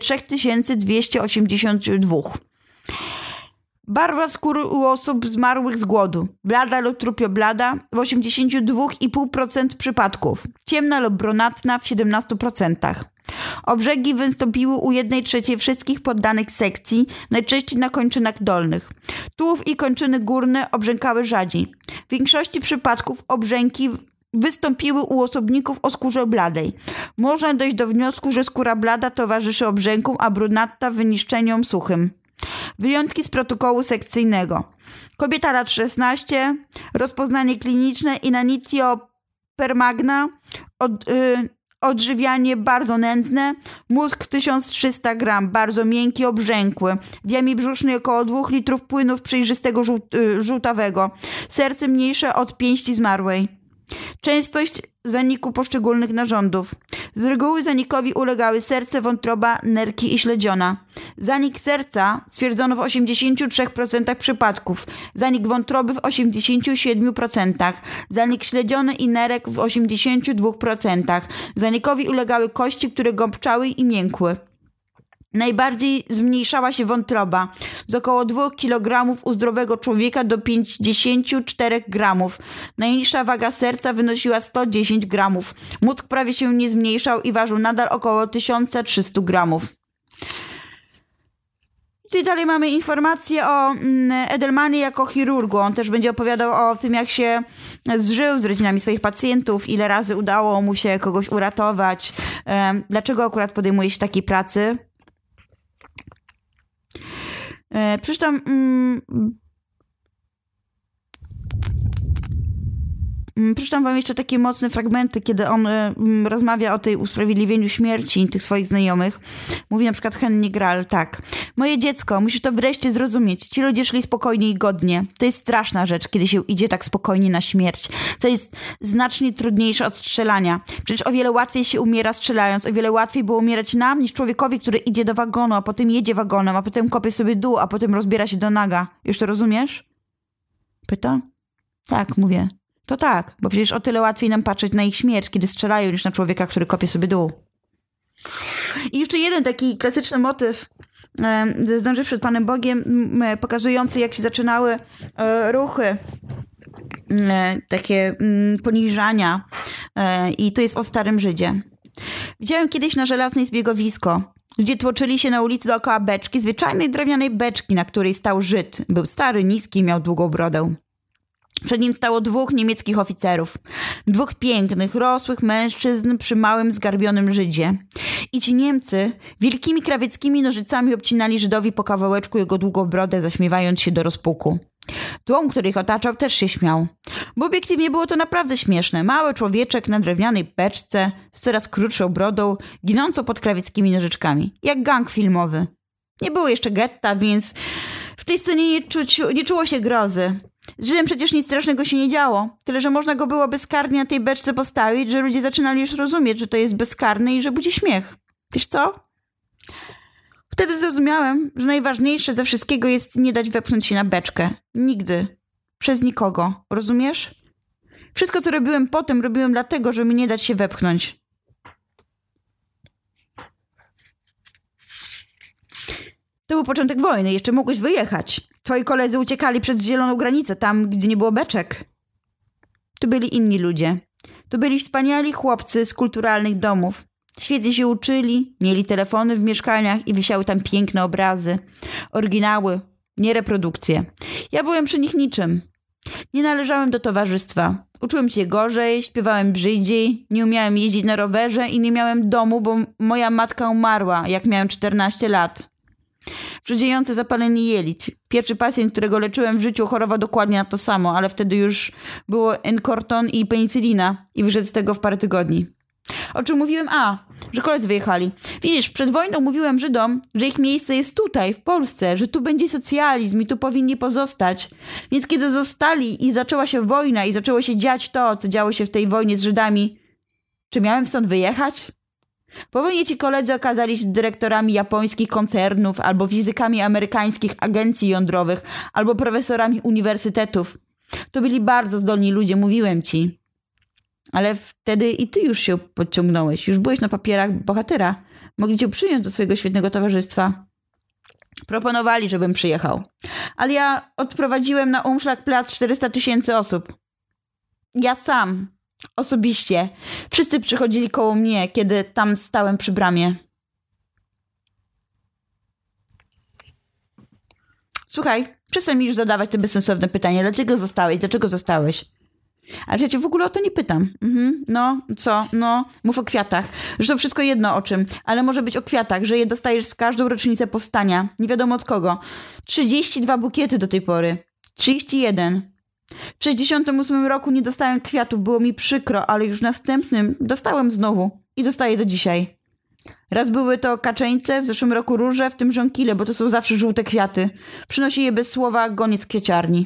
3282. Barwa skóry u osób zmarłych z głodu. Blada lub trupio-blada w 82,5% przypadków. Ciemna lub brunatna w 17%. Obrzęki wystąpiły u 1/3 wszystkich poddanych sekcji, najczęściej na kończynach dolnych. Tułów i kończyny górne obrzękały rzadziej. W większości przypadków obrzęki wystąpiły u osobników o skórze bladej. Można dojść do wniosku, że skóra blada towarzyszy obrzękom, a brunatna wyniszczeniom suchym. Wyjątki z protokołu sekcyjnego. Kobieta lat 16, rozpoznanie kliniczne inanitio permagna, odżywianie bardzo nędzne, mózg 1300 gram, bardzo miękki, obrzękły, w jamie brzusznej około 2 litrów płynów przejrzystego żółtawego, serce mniejsze od pięści zmarłej. Częstość zaniku poszczególnych narządów. Z reguły zanikowi ulegały serce, wątroba, nerki i śledziona. Zanik serca stwierdzono w 83% przypadków, zanik wątroby w 87%, zanik śledziony i nerek w 82%. Zanikowi ulegały kości, które gąbczały i miękły. Najbardziej zmniejszała się wątroba z około 2 kg u zdrowego człowieka do 54 gramów. Najniższa waga serca wynosiła 110 gramów. Mózg prawie się nie zmniejszał i ważył nadal około 1300 gramów. I dalej mamy informację o Edelmanie jako chirurgu. On też będzie opowiadał o tym, jak się zżył z rodzinami swoich pacjentów, ile razy udało mu się kogoś uratować, dlaczego akurat podejmuje się takiej pracy. Przeczytam wam jeszcze takie mocne fragmenty, kiedy on rozmawia o tej usprawiedliwieniu śmierci tych swoich znajomych. Mówi na przykład Henry Graal tak. Moje dziecko, musisz to wreszcie zrozumieć. Ci ludzie szli spokojnie i godnie. To jest straszna rzecz, kiedy się idzie tak spokojnie na śmierć. To jest znacznie trudniejsze od strzelania. Przecież o wiele łatwiej się umiera strzelając. O wiele łatwiej było umierać nam niż człowiekowi, który idzie do wagonu, a potem jedzie wagonem, a potem kopie sobie dół, a potem rozbiera się do naga. Już to rozumiesz? Pyta? Tak, mówię. To tak, bo przecież o tyle łatwiej nam patrzeć na ich śmierć, kiedy strzelają, niż na człowieka, który kopie sobie dół. I jeszcze jeden taki klasyczny motyw ze Zdąży przed Panem Bogiem, pokazujący, jak się zaczynały ruchy takie poniżania. I to jest o starym Żydzie. Widziałem kiedyś na Żelaznej zbiegowisko. Ludzie tłoczyli się na ulicy dookoła beczki, zwyczajnej drewnianej beczki, na której stał Żyd. Był stary, niski i miał długą brodę. Przed nim stało 2 niemieckich oficerów. 2 pięknych, rosłych mężczyzn przy małym, zgarbionym Żydzie. I ci Niemcy wielkimi krawieckimi nożycami obcinali Żydowi po kawałeczku jego długą brodę, zaśmiewając się do rozpuku. Tłum, który ich otaczał, też się śmiał. Bo obiektywnie było to naprawdę śmieszne. Mały człowieczek na drewnianej beczce z coraz krótszą brodą, ginącą pod krawieckimi nożyczkami. Jak gang filmowy. Nie było jeszcze getta, więc w tej scenie nie czuło się grozy. Z Żydem przecież nic strasznego się nie działo. Tyle, że można go było bezkarnie na tej beczce postawić, że ludzie zaczynali już rozumieć, że to jest bezkarne i że budzi śmiech. Wiesz co? Wtedy zrozumiałem, że najważniejsze ze wszystkiego jest nie dać wepchnąć się na beczkę. Nigdy. Przez nikogo. Rozumiesz? Wszystko, co robiłem potem, robiłem dlatego, żeby nie dać się wepchnąć. To był początek wojny. Jeszcze mogłeś wyjechać. Twoi koledzy uciekali przez zieloną granicę, tam, gdzie nie było beczek. Tu byli inni ludzie. Tu byli wspaniali chłopcy z kulturalnych domów. Świetnie się uczyli, mieli telefony w mieszkaniach i wisiały tam piękne obrazy. Oryginały, nie reprodukcje. Ja byłem przy nich niczym. Nie należałem do towarzystwa. Uczyłem się gorzej, śpiewałem brzydziej, nie umiałem jeździć na rowerze i nie miałem domu, bo moja matka umarła, jak miałem 14 lat. Brzydziejące zapalenie jelit. Pierwszy pacjent, którego leczyłem w życiu, chorował dokładnie na to samo, ale wtedy już było Encorton i penicylina i wyszedł z tego w parę tygodni. O czym mówiłem? Że koledzy wyjechali. Widzisz, przed wojną mówiłem Żydom, że ich miejsce jest tutaj, w Polsce, że tu będzie socjalizm i tu powinni pozostać. Więc kiedy zostali i zaczęła się wojna i zaczęło się dziać to, co działo się w tej wojnie z Żydami, czy miałem stąd wyjechać? Po wojnie ci koledzy okazali się dyrektorami japońskich koncernów, albo fizykami amerykańskich agencji jądrowych, albo profesorami uniwersytetów. To byli bardzo zdolni ludzie, mówiłem ci. Ale wtedy i ty już się podciągnąłeś. Już byłeś na papierach bohatera. Mogli cię przyjąć do swojego świetnego towarzystwa. Proponowali, żebym przyjechał. Ale ja odprowadziłem na Umschlagplatz 400 000 osób. Ja sam. Osobiście. Wszyscy przychodzili koło mnie, kiedy tam stałem przy bramie. Słuchaj, przestań mi już zadawać te bezsensowne pytania. Dlaczego zostałeś? Dlaczego zostałeś? Ale ja cię w ogóle o to nie pytam. No, co? No, mów o kwiatach. Że to wszystko jedno o czym. Ale może być o kwiatach, że je dostajesz w każdą rocznicę powstania. Nie wiadomo od kogo. 32 bukiety do tej pory. 31. W 68 roku nie dostałem kwiatów. Było mi przykro, ale już w następnym dostałem znowu. I dostaję do dzisiaj. Raz były to kaczeńce, w zeszłym roku róże, w tym żonkile, bo to są zawsze żółte kwiaty. Przynosi je bez słowa goniec kwieciarni.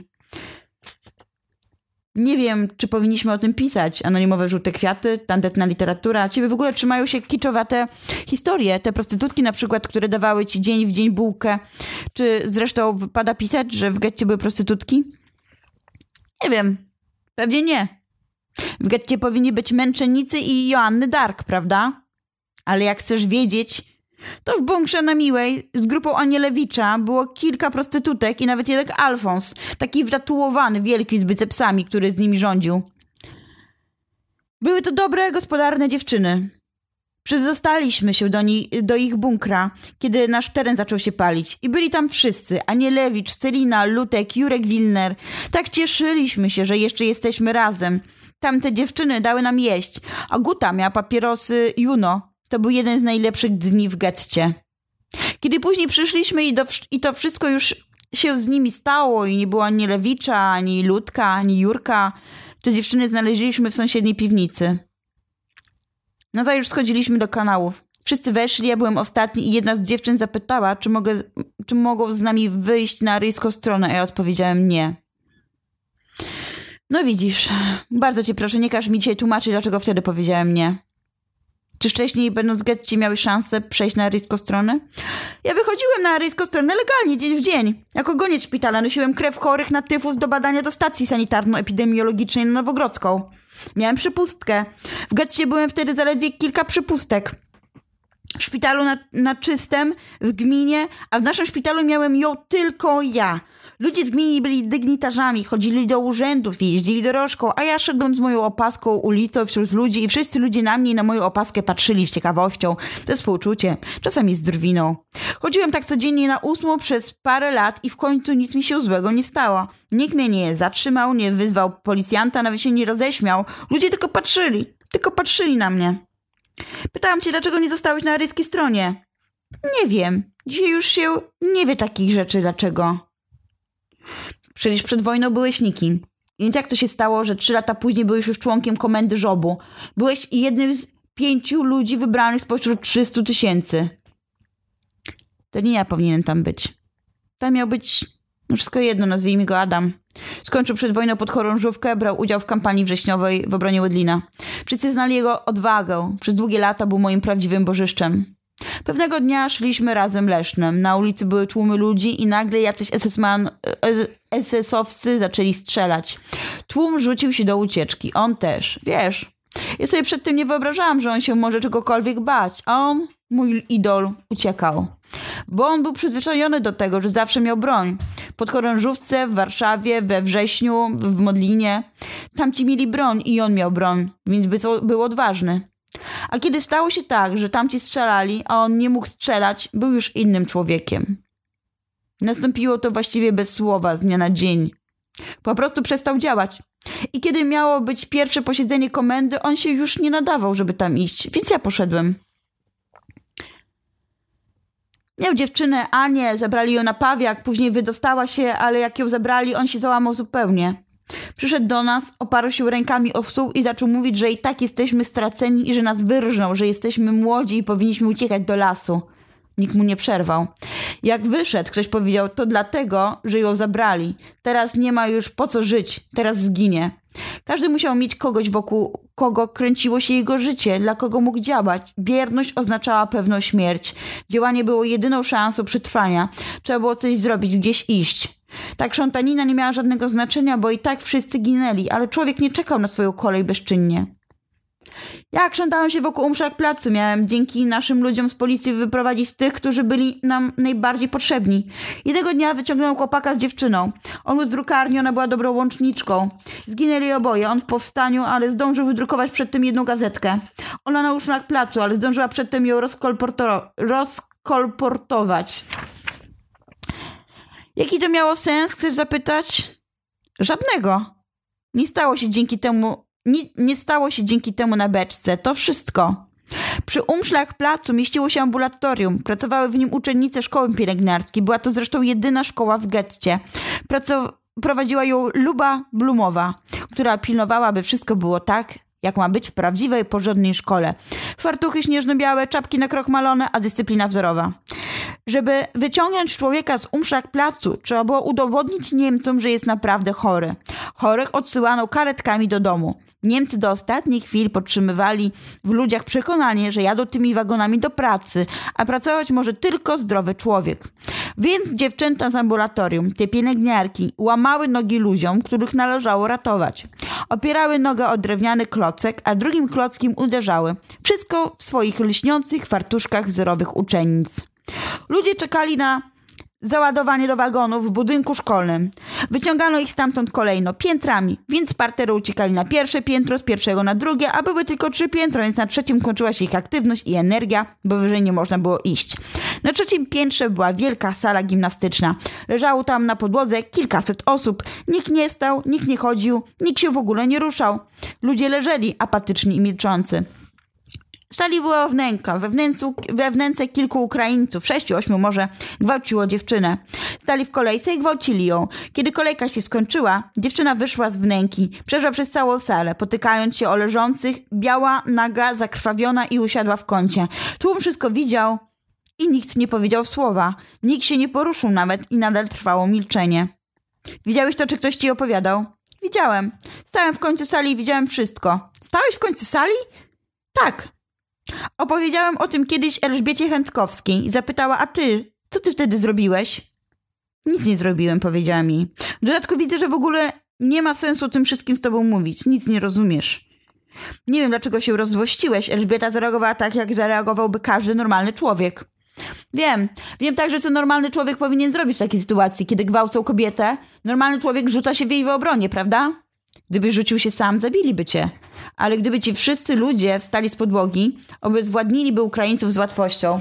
Nie wiem, czy powinniśmy o tym pisać. Anonimowe żółte kwiaty, tandetna literatura. Ciebie w ogóle trzymają się kiczowate historie. Te prostytutki na przykład, które dawały ci dzień w dzień bułkę. Czy zresztą wypada pisać, że w getcie były prostytutki? Nie wiem. Pewnie nie. W getcie powinni być męczennicy i Joanny Dark, prawda? Ale jak chcesz wiedzieć, to w bunkrze na Miłej z grupą Anielewicza było kilka prostytutek i nawet jeden Alfons, taki wtatuowany, wielki z bicepsami, który z nimi rządził. Były to dobre, gospodarne dziewczyny. Przedostaliśmy się do ich bunkra, kiedy nasz teren zaczął się palić. I byli tam wszyscy. Anielewicz, Celina, Lutek, Jurek Wilner. Tak cieszyliśmy się, że jeszcze jesteśmy razem. Tamte dziewczyny dały nam jeść. A Guta miała papierosy Juno. To był jeden z najlepszych dni w getcie. Kiedy później przyszliśmy i to wszystko już się z nimi stało i nie było ani Lewicza, ani Ludka, ani Jurka, te dziewczyny znaleźliśmy w sąsiedniej piwnicy. Nazajutrz schodziliśmy do kanałów. Wszyscy weszli, ja byłem ostatni i jedna z dziewczyn zapytała, czy mogą z nami wyjść na aryjską stronę, a ja odpowiedziałem nie. No widzisz, bardzo cię proszę, nie każ mi dzisiaj tłumaczyć, dlaczego wtedy powiedziałem nie. Czy wcześniej, będąc w getcie, miałeś szansę przejść na aryjską stronę? Ja wychodziłem na aryjską stronę legalnie, dzień w dzień. Jako goniec szpitala nosiłem krew chorych na tyfus do badania do stacji sanitarno-epidemiologicznej na Nowogrodzką. Miałem przypustkę. W getcie byłem wtedy zaledwie kilka przypustek. W szpitalu na Czystym, w gminie, a w naszym szpitalu miałem ją tylko ja. Ludzie z gminy byli dygnitarzami, chodzili do urzędów i jeździli dorożką, a ja szedłem z moją opaską ulicą wśród ludzi i wszyscy ludzie na mnie i na moją opaskę patrzyli z ciekawością, ze współczuciem, czasami z drwiną. Chodziłem tak codziennie na 8 przez parę lat i w końcu nic mi się złego nie stało. Nikt mnie nie zatrzymał, nie wyzwał policjanta, nawet się nie roześmiał. Ludzie tylko patrzyli na mnie. Pytałam się, dlaczego nie zostałeś na aryjskiej stronie? Nie wiem. Dzisiaj już się nie wie takich rzeczy, dlaczego. Przecież przed wojną byłeś nikim. Więc jak to się stało, że 3 lata później byłeś już członkiem komendy żobu? Byłeś jednym z 5 ludzi wybranych spośród 300 000. To nie ja powinienem tam być. Tam miał być, wszystko jedno, nazwijmy go Adam. Skończył przed wojną podchorążówkę, brał udział w kampanii wrześniowej w obronie Łodlina. Wszyscy znali jego odwagę. Przez długie lata był moim prawdziwym bożyszczem. Pewnego dnia szliśmy razem Lesznem. Na ulicy były tłumy ludzi i nagle jacyś SS-owcy zaczęli strzelać. Tłum rzucił się do ucieczki. On też. Wiesz, ja sobie przedtem nie wyobrażałam, że on się może czegokolwiek bać. A on, mój idol, uciekał. Bo on był przyzwyczajony do tego, że zawsze miał broń. W podchorążówce, w Warszawie, we Wrześniu, w Modlinie. Tamci mieli broń i on miał broń, więc był odważny. A kiedy stało się tak, że tamci strzelali, a on nie mógł strzelać, był już innym człowiekiem. Nastąpiło to właściwie bez słowa, z dnia na dzień. Po prostu przestał działać. I kiedy miało być pierwsze posiedzenie komendy, on się już nie nadawał, żeby tam iść, więc ja poszedłem. Miał dziewczynę Anię, zabrali ją na Pawiak, później wydostała się, ale jak ją zabrali, on się załamał zupełnie. Przyszedł do nas, oparł się rękami o stół i zaczął mówić, że i tak jesteśmy straceni i że nas wyrżną, że jesteśmy młodzi i powinniśmy uciekać do lasu. Nikt mu nie przerwał. Jak wyszedł, ktoś powiedział, to dlatego, że ją zabrali. Teraz nie ma już po co żyć, teraz zginie. Każdy musiał mieć kogoś, wokół kogo kręciło się jego życie, dla kogo mógł działać. Bierność oznaczała pewną śmierć. Działanie było jedyną szansą przetrwania. Trzeba było coś zrobić, gdzieś iść. Ta krzątanina nie miała żadnego znaczenia, bo i tak wszyscy ginęli, ale człowiek nie czekał na swoją kolej bezczynnie. Ja krzątałem się wokół Umszlagplacu. Miałem dzięki naszym ludziom z policji wyprowadzić tych, którzy byli nam najbardziej potrzebni. Jednego dnia wyciągnąłem chłopaka z dziewczyną. On był z drukarni, ona była dobrą łączniczką. Zginęli oboje. On w powstaniu, ale zdążył wydrukować przedtem jedną gazetkę. Ona na Umszlagplacu, ale zdążyła przedtem ją rozkolportować. Jaki to miało sens, chcesz zapytać? Żadnego. Nie stało się dzięki temu na beczce. To wszystko. Przy Umszlagplacu mieściło się ambulatorium. Pracowały w nim uczennice szkoły pielęgniarskiej. Była to zresztą jedyna szkoła w getcie. Prowadziła ją Luba Blumowa, która pilnowała, by wszystko było tak, jak ma być w prawdziwej, porządnej szkole. Fartuchy śnieżno-białe, czapki na krochmalone, a dyscyplina wzorowa. Żeby wyciągnąć człowieka z Umszlagplacu, trzeba było udowodnić Niemcom, że jest naprawdę chory. Chorych odsyłano karetkami do domu. Niemcy do ostatniej chwili podtrzymywali w ludziach przekonanie, że jadą tymi wagonami do pracy, a pracować może tylko zdrowy człowiek. Więc dziewczęta z ambulatorium, te pielęgniarki, łamały nogi ludziom, których należało ratować. Opierały nogę o drewniany klocek, a drugim klockiem uderzały. Wszystko w swoich lśniących fartuszkach wzorowych uczennic. Ludzie czekali na załadowanie do wagonów w budynku szkolnym. Wyciągano ich stamtąd kolejno piętrami, więc z parteru uciekali na pierwsze piętro, z pierwszego na drugie, a były tylko 3 piętra, więc na trzecim kończyła się ich aktywność i energia, bo wyżej nie można było iść. Na trzecim piętrze była wielka sala gimnastyczna. Leżało tam na podłodze kilkaset osób. Nikt nie stał, nikt nie chodził, nikt się w ogóle nie ruszał. Ludzie leżeli apatyczni i milczący. W sali była wnęka. We wnęce kilku Ukraińców, 6-8 może, gwałciło dziewczynę. Stali w kolejce i gwałcili ją. Kiedy kolejka się skończyła, dziewczyna wyszła z wnęki. Przeszła przez całą salę, potykając się o leżących, biała, naga, zakrwawiona i usiadła w kącie. Tłum wszystko widział i nikt nie powiedział słowa. Nikt się nie poruszył nawet i nadal trwało milczenie. Widziałeś to, czy ktoś ci opowiadał? Widziałem. Stałem w końcu sali i widziałem wszystko. Stałeś w końcu sali? Tak. Opowiedziałem o tym kiedyś Elżbiecie Chętkowskiej. Zapytała, a ty, co ty wtedy zrobiłeś? Nic nie zrobiłem, powiedziała mi. W dodatku widzę, że w ogóle nie ma sensu o tym wszystkim z tobą mówić. Nic nie rozumiesz. Nie wiem, dlaczego się rozzłościłeś. Elżbieta zareagowała tak, jak zareagowałby każdy normalny człowiek. Wiem także, co normalny człowiek powinien zrobić w takiej sytuacji. Kiedy gwałcą kobietę, normalny człowiek rzuca się w jej obronie, prawda? Gdyby rzucił się sam, zabiliby cię. Ale gdyby ci wszyscy ludzie wstali z podłogi, obezwładniliby Ukraińców z łatwością.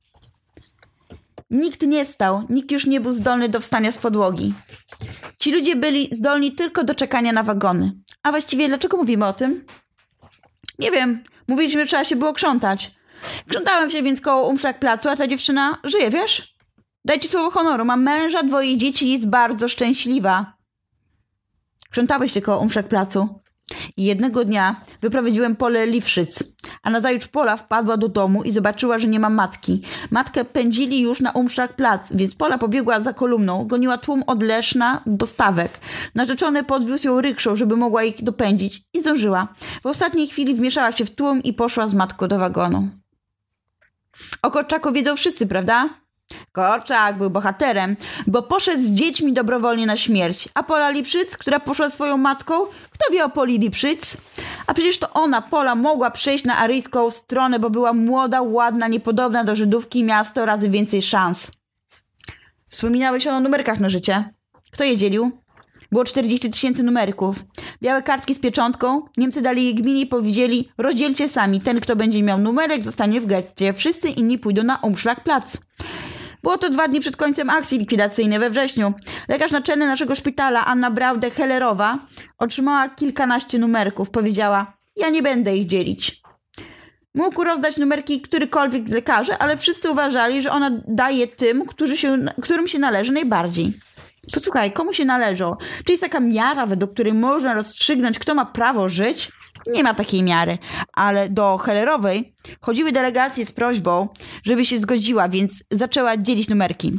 Nikt nie stał, nikt już nie był zdolny do wstania z podłogi. Ci ludzie byli zdolni tylko do czekania na wagony. A właściwie dlaczego mówimy o tym? Nie wiem, mówiliśmy, że trzeba się było krzątać. Krzątałem się więc koło Umszlagplacu, a ta dziewczyna żyje, wiesz? Daj ci słowo honoru, mam męża, 2 dzieci i jest bardzo szczęśliwa. Krzątałeś się koło Umszlagplacu. I jednego dnia wyprowadziłem Polę Liwszyc, a nazajutrz Pola wpadła do domu i zobaczyła, że nie ma matki. Matkę pędzili już na Umszlagplac, więc Pola pobiegła za kolumną, goniła tłum od Leszna do Stawek. Narzeczony podwiózł ją rykszą, żeby mogła ich dopędzić i zdążyła. W ostatniej chwili wmieszała się w tłum i poszła z matką do wagonu. O Korczaku wiedzą wszyscy, prawda? Korczak był bohaterem, bo poszedł z dziećmi dobrowolnie na śmierć. A Pola Lipszyc, która poszła swoją matką, kto wie o Poli Lipszyc? A przecież to ona, Pola, mogła przejść na aryjską stronę, bo była młoda, ładna, niepodobna do Żydówki i miała 100 razy więcej szans. Wspominałeś o numerkach na życie. Kto je dzielił? Było 40 000 numerków. Białe kartki z pieczątką. Niemcy dali je gminie i powiedzieli: rozdzielcie sami. Ten, kto będzie miał numerek, zostanie w getcie. Wszyscy inni pójdą na Umschlagplatz. Było to 2 dni przed końcem akcji likwidacyjnej we wrześniu. Lekarz naczelny naszego szpitala, Anna Braude-Hellerowa, otrzymała kilkanaście numerków. Powiedziała: ja nie będę ich dzielić. Mógł rozdać numerki którykolwiek z lekarzy, ale wszyscy uważali, że ona daje tym, którym się należy najbardziej. Posłuchaj, komu się należą? Czy jest taka miara, według której można rozstrzygnąć, kto ma prawo żyć? Nie ma takiej miary, ale do Hellerowej chodziły delegacje z prośbą, żeby się zgodziła, więc zaczęła dzielić numerki.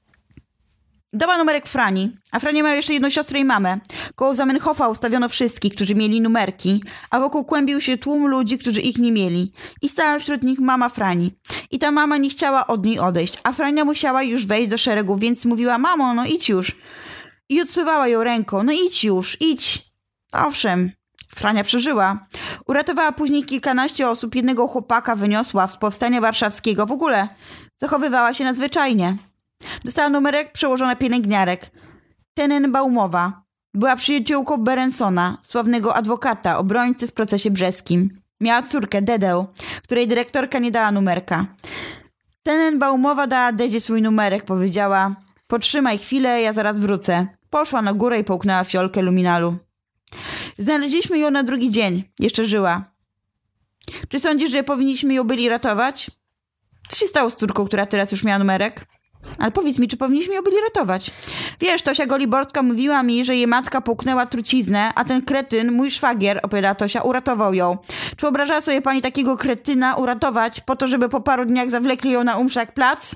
Dała numerek Frani, a Frania miała jeszcze jedną siostrę i mamę. Koło Zamenhofa ustawiono wszystkich, którzy mieli numerki, a wokół kłębił się tłum ludzi, którzy ich nie mieli. I stała wśród nich mama Frani. I ta mama nie chciała od niej odejść, a Frania musiała już wejść do szeregu, więc mówiła: mamo, no idź już. I odsuwała ją ręką: no idź już, idź. Owszem, Frania przeżyła. Uratowała później kilkanaście osób, jednego chłopaka wyniosła z powstania warszawskiego. W ogóle zachowywała się nadzwyczajnie. Dostała numerek przełożona pielęgniarek. Tenenbaumowa. Była przyjaciółką Berensona, sławnego adwokata, obrońcy w procesie brzeskim. Miała córkę, Dedę, której dyrektorka nie dała numerka. Tenenbaumowa dała Dedzie swój numerek, powiedziała: potrzymaj chwilę, ja zaraz wrócę. Poszła na górę i połknęła fiolkę luminalu. Znaleźliśmy ją na drugi dzień. Jeszcze żyła. Czy sądzisz, że powinniśmy ją byli ratować? Co się stało z córką, która teraz już miała numerek? Ale powiedz mi, czy powinniśmy ją byli ratować? Wiesz, Tosia Goliborska mówiła mi, że jej matka połknęła truciznę, a ten kretyn, mój szwagier, opowiada Tosia, uratował ją. Czy wyobrażała sobie pani takiego kretyna uratować po to, żeby po paru dniach zawlekli ją na Umschlagplatz?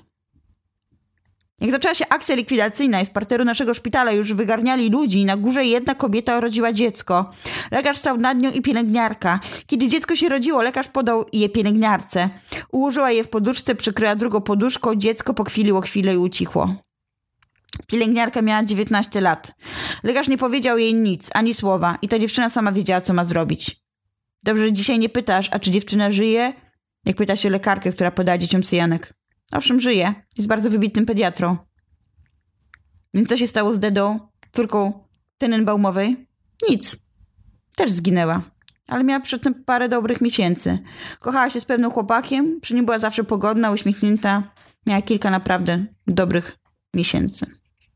Jak zaczęła się akcja likwidacyjna i z parteru naszego szpitala już wygarniali ludzi, na górze jedna kobieta urodziła dziecko. Lekarz stał nad nią i pielęgniarka. Kiedy dziecko się rodziło, lekarz podał je pielęgniarce. Ułożyła je w poduszce, przykryła drugą poduszką, dziecko pokwiliło chwilę i ucichło. Pielęgniarka miała 19 lat. Lekarz nie powiedział jej nic, ani słowa i ta dziewczyna sama wiedziała, co ma zrobić. Dobrze, że dzisiaj nie pytasz, a czy dziewczyna żyje? Jak pyta się lekarkę, która podała dzieciom cyjanek. Owszem, żyje. Jest bardzo wybitnym pediatrą. Więc co się stało z Dedą, córką Tenenbaumowej? Nic. Też zginęła. Ale miała przedtem parę dobrych miesięcy. Kochała się z pewnym chłopakiem, przy nim była zawsze pogodna, uśmiechnięta. Miała kilka naprawdę dobrych miesięcy.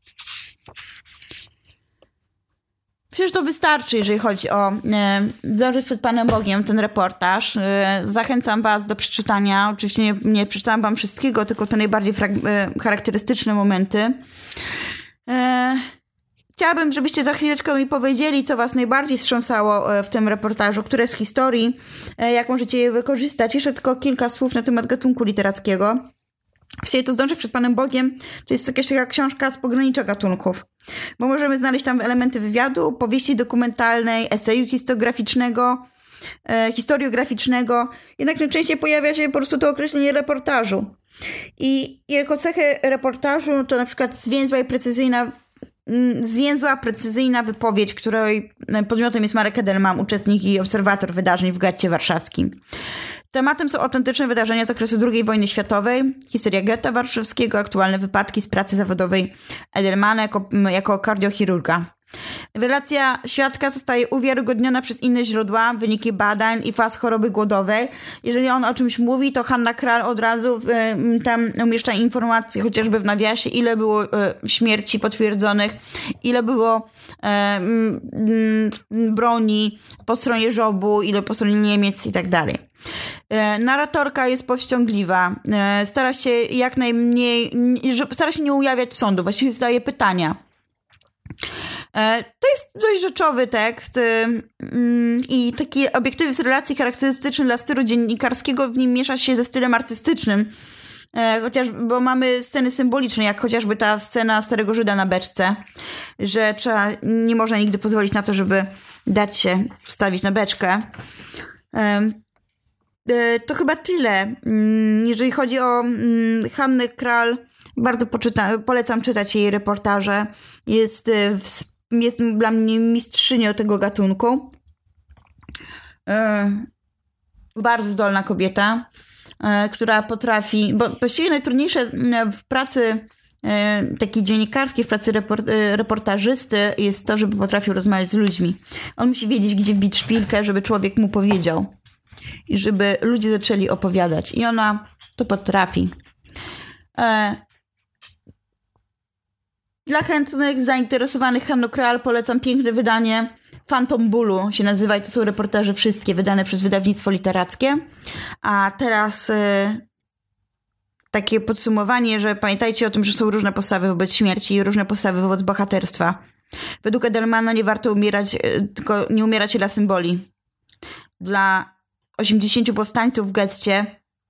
Przecież to wystarczy, jeżeli chodzi o Zdążyć przed Panem Bogiem, ten reportaż. Zachęcam was do przeczytania. Oczywiście nie przeczytałam wam wszystkiego, tylko te najbardziej charakterystyczne momenty. Chciałabym, żebyście za chwileczkę mi powiedzieli, co was najbardziej wstrząsało w tym reportażu, które z historii, jak możecie je wykorzystać. Jeszcze tylko kilka słów na temat gatunku literackiego. Właściwie to Zdążę przed Panem Bogiem to jest jakaś taka książka z pogranicza gatunków, bo możemy znaleźć tam elementy wywiadu, powieści dokumentalnej, eseju historiograficznego, jednak najczęściej pojawia się po prostu to określenie reportażu. I jako cechę reportażu to na przykład zwięzła, precyzyjna wypowiedź, której podmiotem jest Marek Edelman, uczestnik i obserwator wydarzeń w getcie warszawskim. Tematem są autentyczne wydarzenia z okresu II wojny światowej, historia getta warszawskiego, aktualne wypadki z pracy zawodowej Edelmana jako kardiochirurga. Relacja świadka zostaje uwiarygodniona przez inne źródła, wyniki badań i faz choroby głodowej. Jeżeli on o czymś mówi, to Hanna Kral od razu tam umieszcza informacje, chociażby w nawiasie, ile było śmierci potwierdzonych, ile było broni po stronie żobu, ile po stronie Niemiec i tak dalej. Narratorka jest powściągliwa, stara się jak najmniej, stara się nie ujawniać sądu, właściwie zadaje pytania. To jest dość rzeczowy tekst i taki obiektywizm relacji charakterystyczny dla stylu dziennikarskiego w nim miesza się ze stylem artystycznym, bo mamy sceny symboliczne, jak chociażby ta scena Starego Żyda na beczce, że nie można nigdy pozwolić na to, żeby dać się wstawić na beczkę. to chyba tyle. Jeżeli chodzi o Hannę Kral, bardzo polecam czytać jej reportaże. Jest dla mnie mistrzynią tego gatunku. Bardzo zdolna kobieta, która potrafi, bo właściwie najtrudniejsze w pracy takiej dziennikarskiej, w pracy reportażysty jest to, żeby potrafił rozmawiać z ludźmi. On musi wiedzieć, gdzie wbić szpilkę, żeby człowiek mu powiedział i żeby ludzie zaczęli opowiadać. I ona to potrafi. Dla chętnych, zainteresowanych Hanną Kral polecam piękne wydanie Phantom Bólu się nazywa i to są reportaże wszystkie wydane przez wydawnictwo literackie. A teraz takie podsumowanie, że pamiętajcie o tym, że są różne postawy wobec śmierci i różne postawy wobec bohaterstwa. Według Edelmana nie warto umierać, tylko nie umierać dla symboli. Dla 80 powstańców w getcie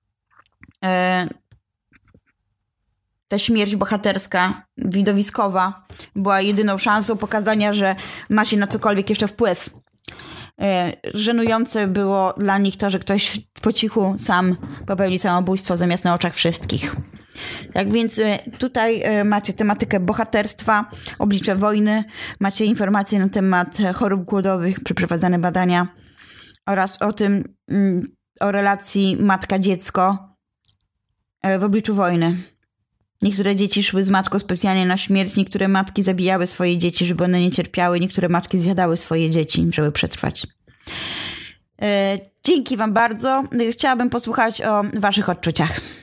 ta śmierć bohaterska, widowiskowa była jedyną szansą pokazania, że ma się na cokolwiek jeszcze wpływ. Żenujące było dla nich to, że ktoś po cichu sam popełni samobójstwo zamiast na oczach wszystkich. Tak więc tutaj macie tematykę bohaterstwa, oblicze wojny, macie informacje na temat chorób głodowych, przeprowadzane badania oraz o relacji matka-dziecko w obliczu wojny. Niektóre dzieci szły z matką specjalnie na śmierć, niektóre matki zabijały swoje dzieci, żeby one nie cierpiały, niektóre matki zjadały swoje dzieci, żeby przetrwać. Dzięki wam bardzo. Chciałabym posłuchać o waszych odczuciach.